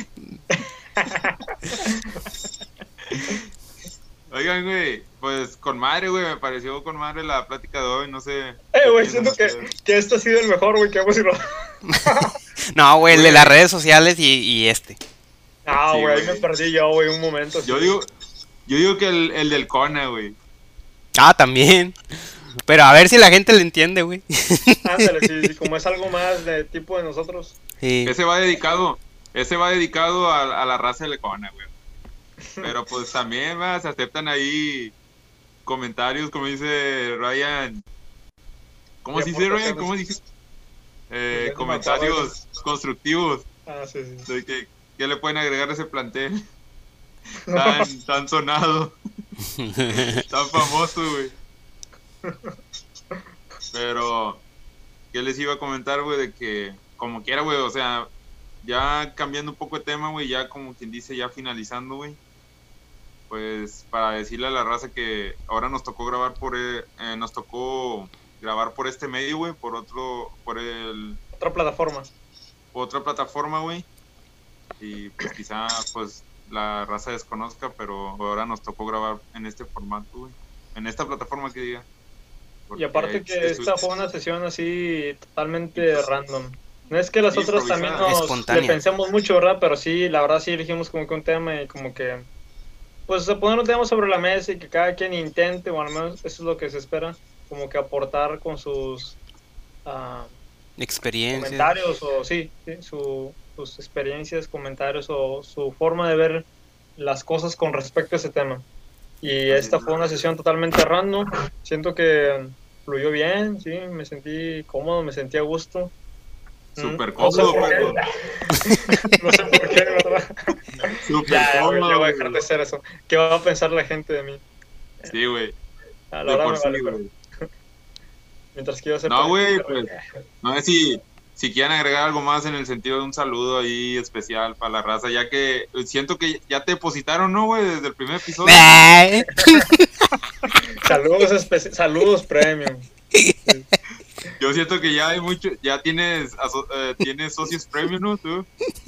Oigan, güey, pues con madre, güey, me pareció con madre la plática de hoy, no sé. qué Güey, piensan siento ustedes. que este ha sido el mejor, güey, que hemos ido. No, güey, el de Güey. las redes sociales y este. Ah, Sí, güey, ahí güey. me perdí yo, güey, un momento. Yo digo que el del Kona, güey. Ah, también. Pero a ver si la gente le entiende, güey. Ándale, sí, como es algo más de tipo de nosotros. Sí. Ese va dedicado a la raza del Kona, güey. Pero pues también, va, se aceptan ahí comentarios, como dice Ryan. ¿Cómo Y se dice, Ryan? aportaciones. ¿Cómo dice? Pues, Comentarios constructivos. Ah, sí, sí. De que le pueden agregar a ese plantel tan sonado, tan famoso, güey. Pero, ¿qué les iba a comentar, güey? De que, como quiera, güey, o sea, ya cambiando un poco de tema, güey, ya como quien dice, ya finalizando, güey. Pues para decirle a la raza que ahora nos tocó grabar por este medio, güey, por Otra plataforma. otra plataforma, güey. Y pues quizá pues la raza desconozca, pero ahora nos tocó grabar en este formato, güey. En esta plataforma que diga. Y aparte que esta fue una sesión así totalmente random. No es que las otras también Espontánea. le pensemos mucho, ¿verdad? Pero sí, la verdad sí elegimos como que un tema y como que... Pues poner un tema sobre la mesa y que cada quien intente, o al menos eso es lo que se espera, como que aportar con sus Experiencias. comentarios o sí sus experiencias, comentarios o su forma de ver las cosas con respecto a ese tema. Y esta fue una sesión totalmente random. Siento que fluyó bien, sí, me sentí cómodo, me sentí a gusto. Súper No sé cómodo, por qué. pero No sé por qué, ¿verdad? súper Ya, güey, cómodo. ya voy a dejar de hacer eso. ¿Qué va a pensar la gente de mí? Sí, güey. A la De hora por me sí, vale, pero güey. mientras que yo sepa. No, güey, pues, no sé si quieren agregar algo más en el sentido de un saludo ahí especial para la raza, ya que siento que ya te depositaron, ¿no, güey? Desde el primer episodio. Ay. Saludos premium. Yo siento que ya hay ya tienes socios premium, ¿no? Tú.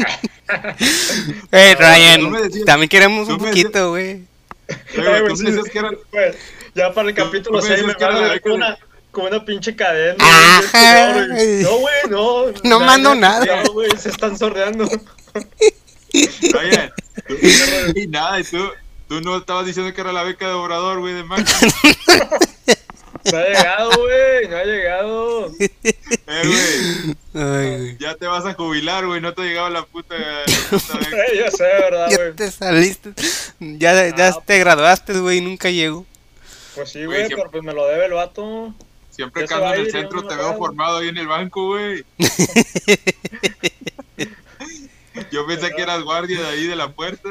Tú Ryan, me decías- también queremos tú un me decías- poquito, güey. güey, tú Sí, me decías que era... pues, ya para el capítulo tú me 6 decías me que era van a la dar beca como una pinche cadena. Ajá. güey, bien culero, güey. No, güey, No nadie mando me ha nada. escuchado, güey, se están sordeando. Ryan, y nada, y tú no estabas diciendo que era la beca de Obrador, güey, de Max. No ha llegado, güey, no ha llegado. Güey, Ay, güey. ya te vas a jubilar, güey, no te ha llegado la puta beca. Ya sé, ¿verdad, Ya güey? te saliste. Ya te graduaste, güey, y nunca llegó. Pues sí, Güey, güey, pero pues me lo debe el vato. Siempre Ya que se ando va en a el ir, centro yo no te me veo pago. formado ahí en el banco, güey. Yo pensé que eras guardia de ahí de la puerta.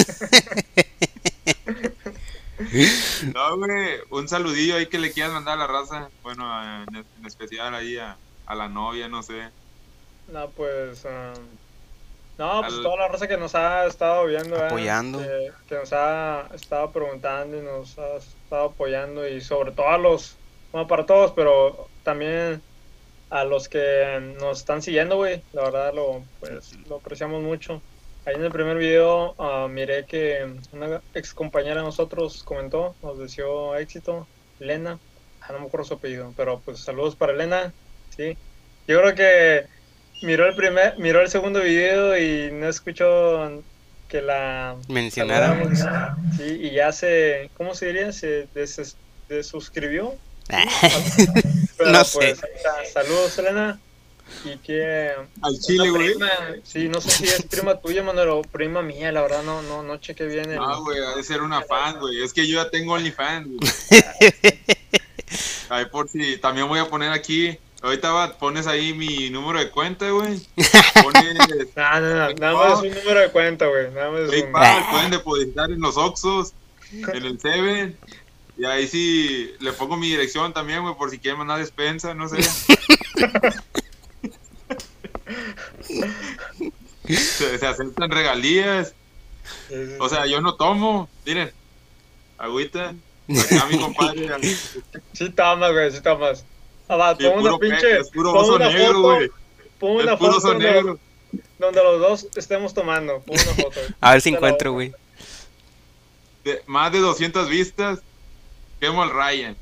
No, güey, un saludillo ahí que le quieras mandar a la raza. Bueno, en especial ahí a la novia, no sé. No, pues. No, pues Al- toda la raza que nos ha estado viendo, Apoyando. que nos ha estado preguntando y nos ha estado apoyando, y sobre todo a los, bueno, para todos, pero también a los que nos están siguiendo, güey. La verdad lo apreciamos mucho. Ahí en el primer video miré que una ex compañera de nosotros comentó, nos deseó éxito, Elena. No me acuerdo su apellido, pero pues saludos para Elena, sí. Yo creo que miró el segundo video y no escuchó que la Mencionaron. saludáramos. Sí, y ya ¿cómo se diría? Se desuscribió. Pero No pues, sé. ahí está. Saludos, Selena. Y que Al chile, una güey. prima, sí, no sé si es prima tuya, Manuel, o prima mía, la verdad no chequé bien No, güey, ha de ser una fan, güey. Es que yo ya tengo OnlyFans, güey. Ahí por si también voy a poner aquí. Ahorita pones ahí mi número de cuenta, güey. Pones Nada más es un número de cuenta, güey. Nada más es un. PayPal, pueden depositar en los Oxxos, en el Seven. Y ahí sí le pongo mi dirección también, güey, por si quieren mandar despensa, no sé. Se aceptan regalías. O sea, yo no tomo. Miren, agüita. Acá mi compadre. Sí tomas, güey, sí tomas. Va, Sí, pon una pinche. es puro Pon oso una negro, foto. güey. Pon Es una puro foto oso negro. donde los dos estemos tomando. Pon una foto. A ver si Te la encuentro, voy. güey. Más de 200 vistas. Quemo al Ryan.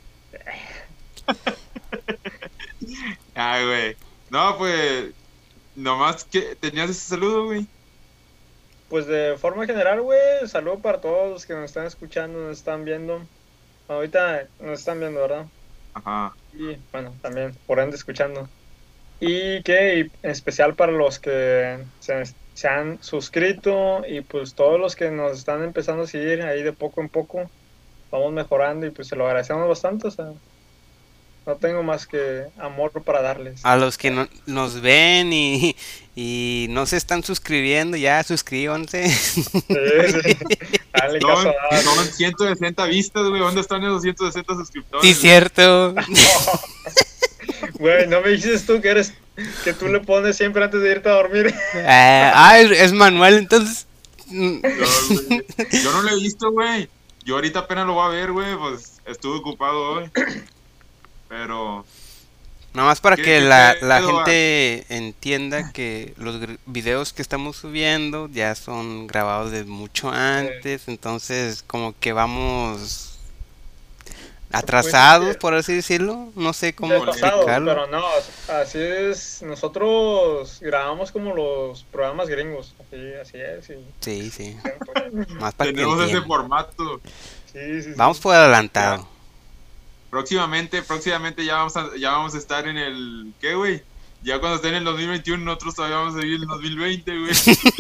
Ay, güey. No, pues. Nomás que tenías ese saludo, güey. Pues de forma general, güey, saludo para todos los que nos están escuchando, nos están viendo. Ahorita nos están viendo, ¿verdad? Ajá. Y bueno, también por ende escuchando. Y en especial para los que se han suscrito y pues todos los que nos están empezando a seguir ahí de poco en poco, vamos mejorando y pues se lo agradecemos bastante. O sea, no tengo más que amor para darles. A los que nos ven y no se están suscribiendo, ya suscríbanse. Sí, sí. Dale caso a dar. Son 160 vistas, güey. ¿Dónde están esos 160 suscriptores? Sí, cierto. Güey, no me dices tú que tú le pones siempre antes de irte a dormir. Es Manuel, entonces. No, güey. Yo no lo he visto, güey. Yo ahorita apenas lo voy a ver, güey. Pues estuve ocupado hoy. Pero. Nada más para ¿Qué- que qué la pedo, gente entienda que los videos que estamos subiendo ya son grabados de mucho antes, entonces como que vamos atrasados, por así decirlo, no sé cómo Desfasados, explicarlo. pero no, así es. Nosotros grabamos como los programas gringos. Así es. Sí, sí, más para que tenemos ese entiendan. formato. Sí. Vamos por adelantado. Próximamente ya vamos a estar en el. ¿Qué, güey? Ya cuando esté en el 2021, nosotros todavía vamos a vivir en el 2020, güey.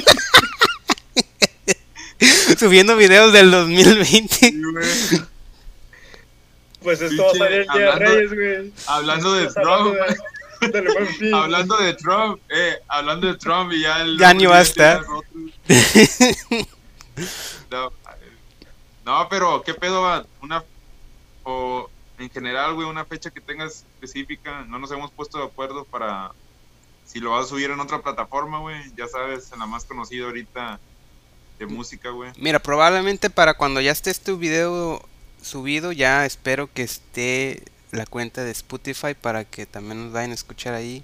Subiendo videos del 2020. Sí, güey. Pues esto va a salir el Día de Reyes, güey. Hablando de Estás Trump, del Buen Fin. hablando de Trump y ya el. Ya ni va a estar. No, pero ¿qué pedo va? O en general, güey, una fecha que tengas específica. No nos hemos puesto de acuerdo para si lo vas a subir en otra plataforma, güey. Ya sabes, en la más conocida ahorita de música, güey. Mira, probablemente para cuando ya esté este video subido, ya espero que esté la cuenta de Spotify para que también nos vayan a escuchar ahí.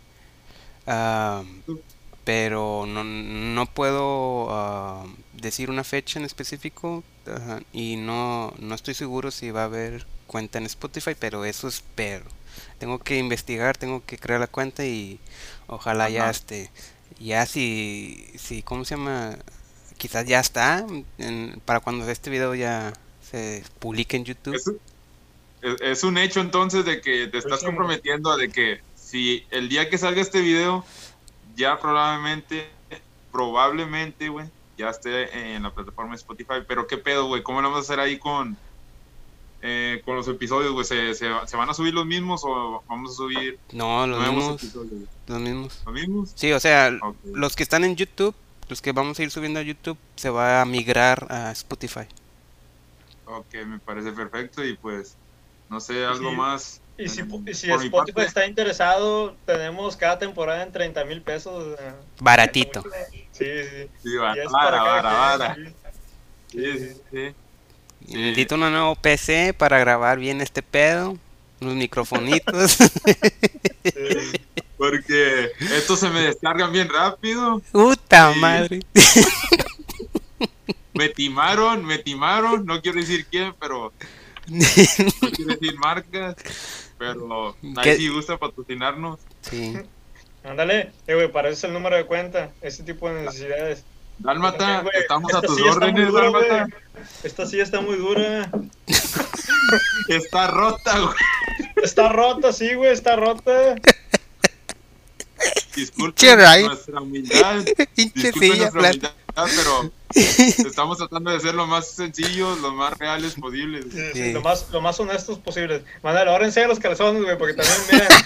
Pero no puedo decir una fecha en específico, y no estoy seguro si va a haber cuenta en Spotify, pero eso espero. Tengo que investigar, tengo que crear la cuenta y ojalá ya esté. Ya si ¿cómo se llama? Quizás ya está, para cuando este video ya se publique en YouTube. Es un hecho entonces de que te estás comprometiendo a de que si el día que salga este video ya probablemente, güey, ya esté en la plataforma de Spotify. Pero qué pedo, güey, ¿cómo lo vamos a hacer ahí con los episodios, güey? ¿Se van a subir los mismos o vamos a subir No, los nuevos mismos. episodios? Los mismos. ¿Los mismos? Sí, o sea, Okay. los que están en YouTube, los que vamos a ir subiendo a YouTube, se va a migrar a Spotify. Ok, me parece perfecto y pues, no sé, algo más. Y si por mi Spotify parte. está interesado, tenemos cada temporada en 30,000 pesos. Baratito. Sí. Sí, Y es para cada vara. quien, Sí. Y necesito una nueva PC para grabar bien este pedo, unos microfonitos. Sí. Porque estos se me descargan bien rápido. Puta Sí. madre. Me timaron, no quiero decir quién, pero no quiero decir marcas, pero ¿Qué? ahí sí gusta patrocinarnos. Sí. Ándale, güey, para eso es el número de cuenta, ese tipo de necesidades. Dálmata, Güey, estamos a esta tus silla está muy órdenes, dura, Dálmata. güey. Esta silla está muy dura. Está rota, güey. Está rota, sí, güey, está rota. Disculpen Ryan. nuestra humildad. Pinche Disculpen silla, nuestra humildad, pero estamos tratando de ser lo más sencillos, lo más reales posibles. Sí, Sí. lo más honestos posibles. Mándale, ahora enseña los calzones, güey, porque también,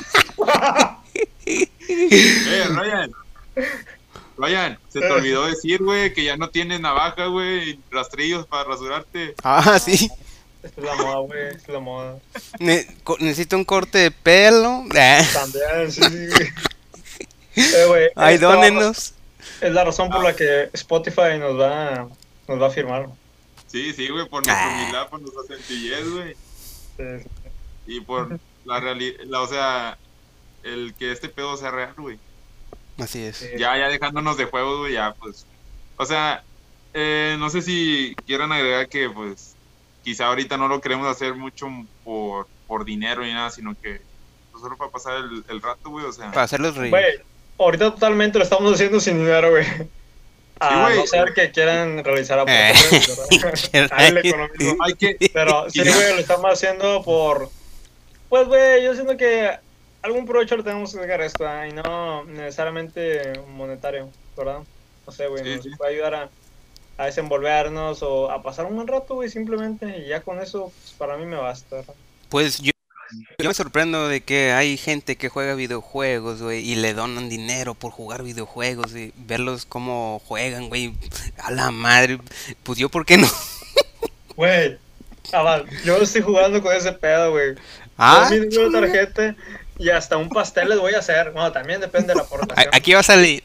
miren. Ryan. Ryan, se te olvidó decir, güey, que ya no tienes navaja, güey, y rastrillos para rasurarte. Ah, sí. Esta es la moda, güey, esta es la moda. Necesito un corte de pelo. También, sí, güey. Güey, Ay, esta dónenos. es la razón por la que Spotify nos va a firmar. Sí, güey, por nuestra humildad, por nuestra sencillez, güey. Sí. Y por la realidad, o sea, el que este pedo sea real, güey. Así es. Ya dejándonos de juegos, güey, ya, pues. O sea, no sé si quieran agregar que, pues, quizá ahorita no lo queremos hacer mucho por dinero ni nada, sino que pues, solo para pasar el rato, güey, o sea. Para hacerlos reír. Güey, ahorita totalmente lo estamos haciendo sin dinero, güey. A güey. no ser que quieran realizar aportaciones, ¿verdad? Ahí la economía. Hay que. Pero sí, güey, lo estamos haciendo por... Pues, güey, yo siento que algún provecho le tenemos que sacar a esto, y no necesariamente monetario, ¿verdad? No sé, güey, nos puede ayudar a desenvolvernos o a pasar un buen rato, güey, simplemente. Y ya con eso, pues, para mí me basta, ¿verdad? Pues yo me sorprendo de que hay gente que juega videojuegos, güey, y le donan dinero por jugar videojuegos y verlos cómo juegan, güey. A la madre. Pues yo, ¿por qué no? Güey, yo estoy jugando con ese pedo, güey. Ah, Yo mi número de tarjeta y hasta un pastel les voy a hacer. Bueno, también depende de la aportación. aquí va a salir.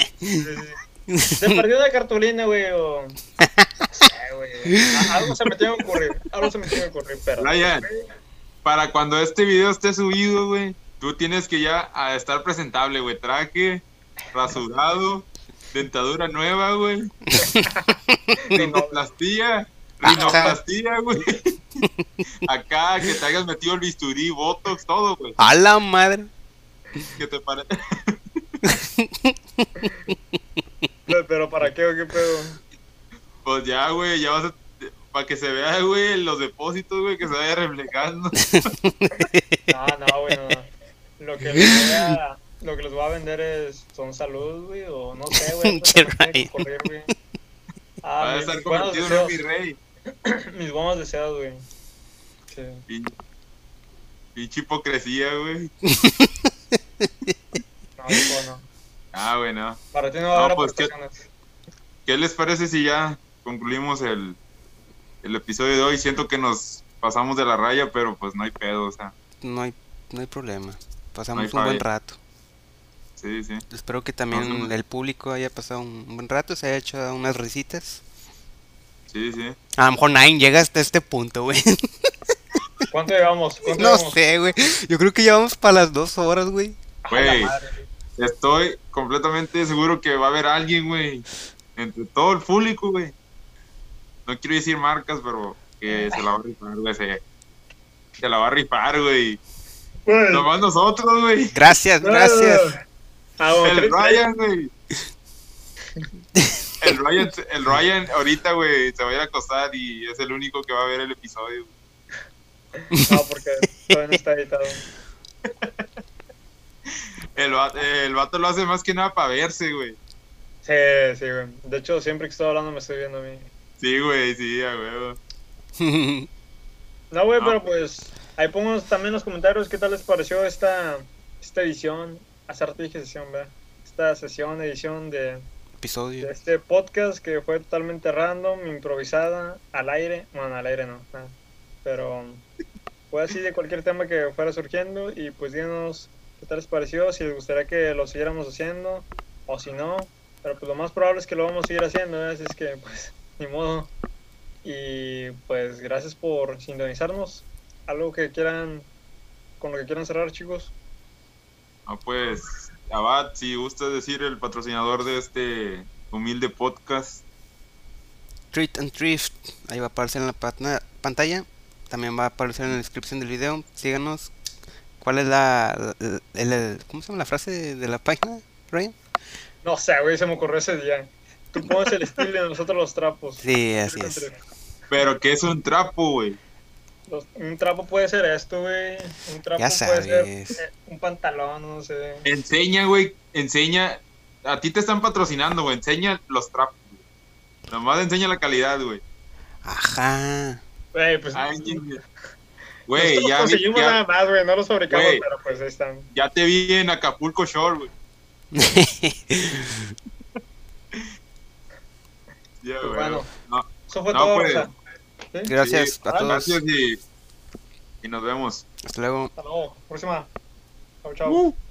Se perdió una cartulina, güey, o... No sé, güey. Algo se me tiene que ocurrir, pero... Ryan, para cuando este video esté subido, güey, tú tienes que ya estar presentable, güey. Traje, rasurado, dentadura nueva, güey. Rinoplastia, güey. Acá, que te hayas metido el bisturí, botox, todo, güey. A la madre. ¿Qué te parece? Pero ¿para qué o qué pedo? Pues ya, güey, ya vas a... Para que se vea, güey, los depósitos, güey, que se vaya reflejando. No, güey, no. Lo que les voy a vender son salud, güey, o no sé, güey. Va a estar convertido en mi rey. Mis buenos deseos, güey. Sí. Pinche hipocresía, güey. No. Ah, bueno. Para ti no va a haber pues, aportaciones. ¿Qué les parece si ya concluimos el episodio de hoy? Siento que nos pasamos de la raya, pero pues no hay pedo, o sea. No hay problema. Pasamos No hay un buen rato. Sí. Espero que también el público haya pasado un buen rato, se haya hecho unas risitas. Sí. A lo mejor nadie llega hasta este punto, güey. ¿Cuánto llevamos? No sé, güey. Yo creo que ya vamos para las 2 horas, güey. Güey, estoy completamente seguro que va a haber alguien, güey, entre todo el público, güey. No quiero decir marcas, pero que se la va a rifar, güey. Se la va a rifar, güey. Nomás nosotros, güey. Gracias. El Ryan, güey. El Ryan ahorita, güey, se va a ir a acostar y es el único que va a ver el episodio. No, porque todavía no está editado. El vato lo hace más que nada para verse, güey. Sí, güey. De hecho, siempre que estoy hablando me estoy viendo a mí. Sí, güey, sí, a huevo. No, güey, pero pues ahí pongo también en los comentarios qué tal les pareció esta edición. Hacer sesión, ¿verdad? Esta sesión, edición de este podcast que fue totalmente random, improvisada, al aire. Bueno, al aire no, pero fue así de cualquier tema que fuera surgiendo. Y pues díganos qué tal les pareció, si les gustaría que lo siguiéramos haciendo o si no. Pero pues lo más probable es que lo vamos a seguir haciendo, así es que pues ni modo. Y pues gracias por sintonizarnos. Algo que quieran, con lo que quieran cerrar, chicos. Pues Abad, si gusta decir el patrocinador de este humilde podcast. Treat and Thrift, ahí va a aparecer en la pantalla. También va a aparecer en la descripción del video. Síganos. ¿cuál es ¿cómo se llama la frase de la página, Ryan? No sé, güey, se me ocurrió ese día. Tú pones el estilo y nosotros los trapos. Sí, así es. Pero ¿qué es un trapo, güey? Un trapo puede ser esto, güey. Un trapo Ya puede sabes. ser un pantalón, no sé. Enseña, güey, enseña. A ti te están patrocinando, güey. Enseña los trapos, güey. Nomás enseña la calidad, güey. Ajá. Güey, pues Ay, güey, nosotros ya, conseguimos nada más, güey. No los fabricamos, Güey. pero pues ahí están. ya te vi en Acapulco Shore, güey. Ya, Pues güey. bueno, No, eso fue no, todo, pues. Rosa. ¿Sí? Gracias Sí, a todos. gracias y nos vemos. Hasta luego. Hasta luego. Próxima. Chao, chao.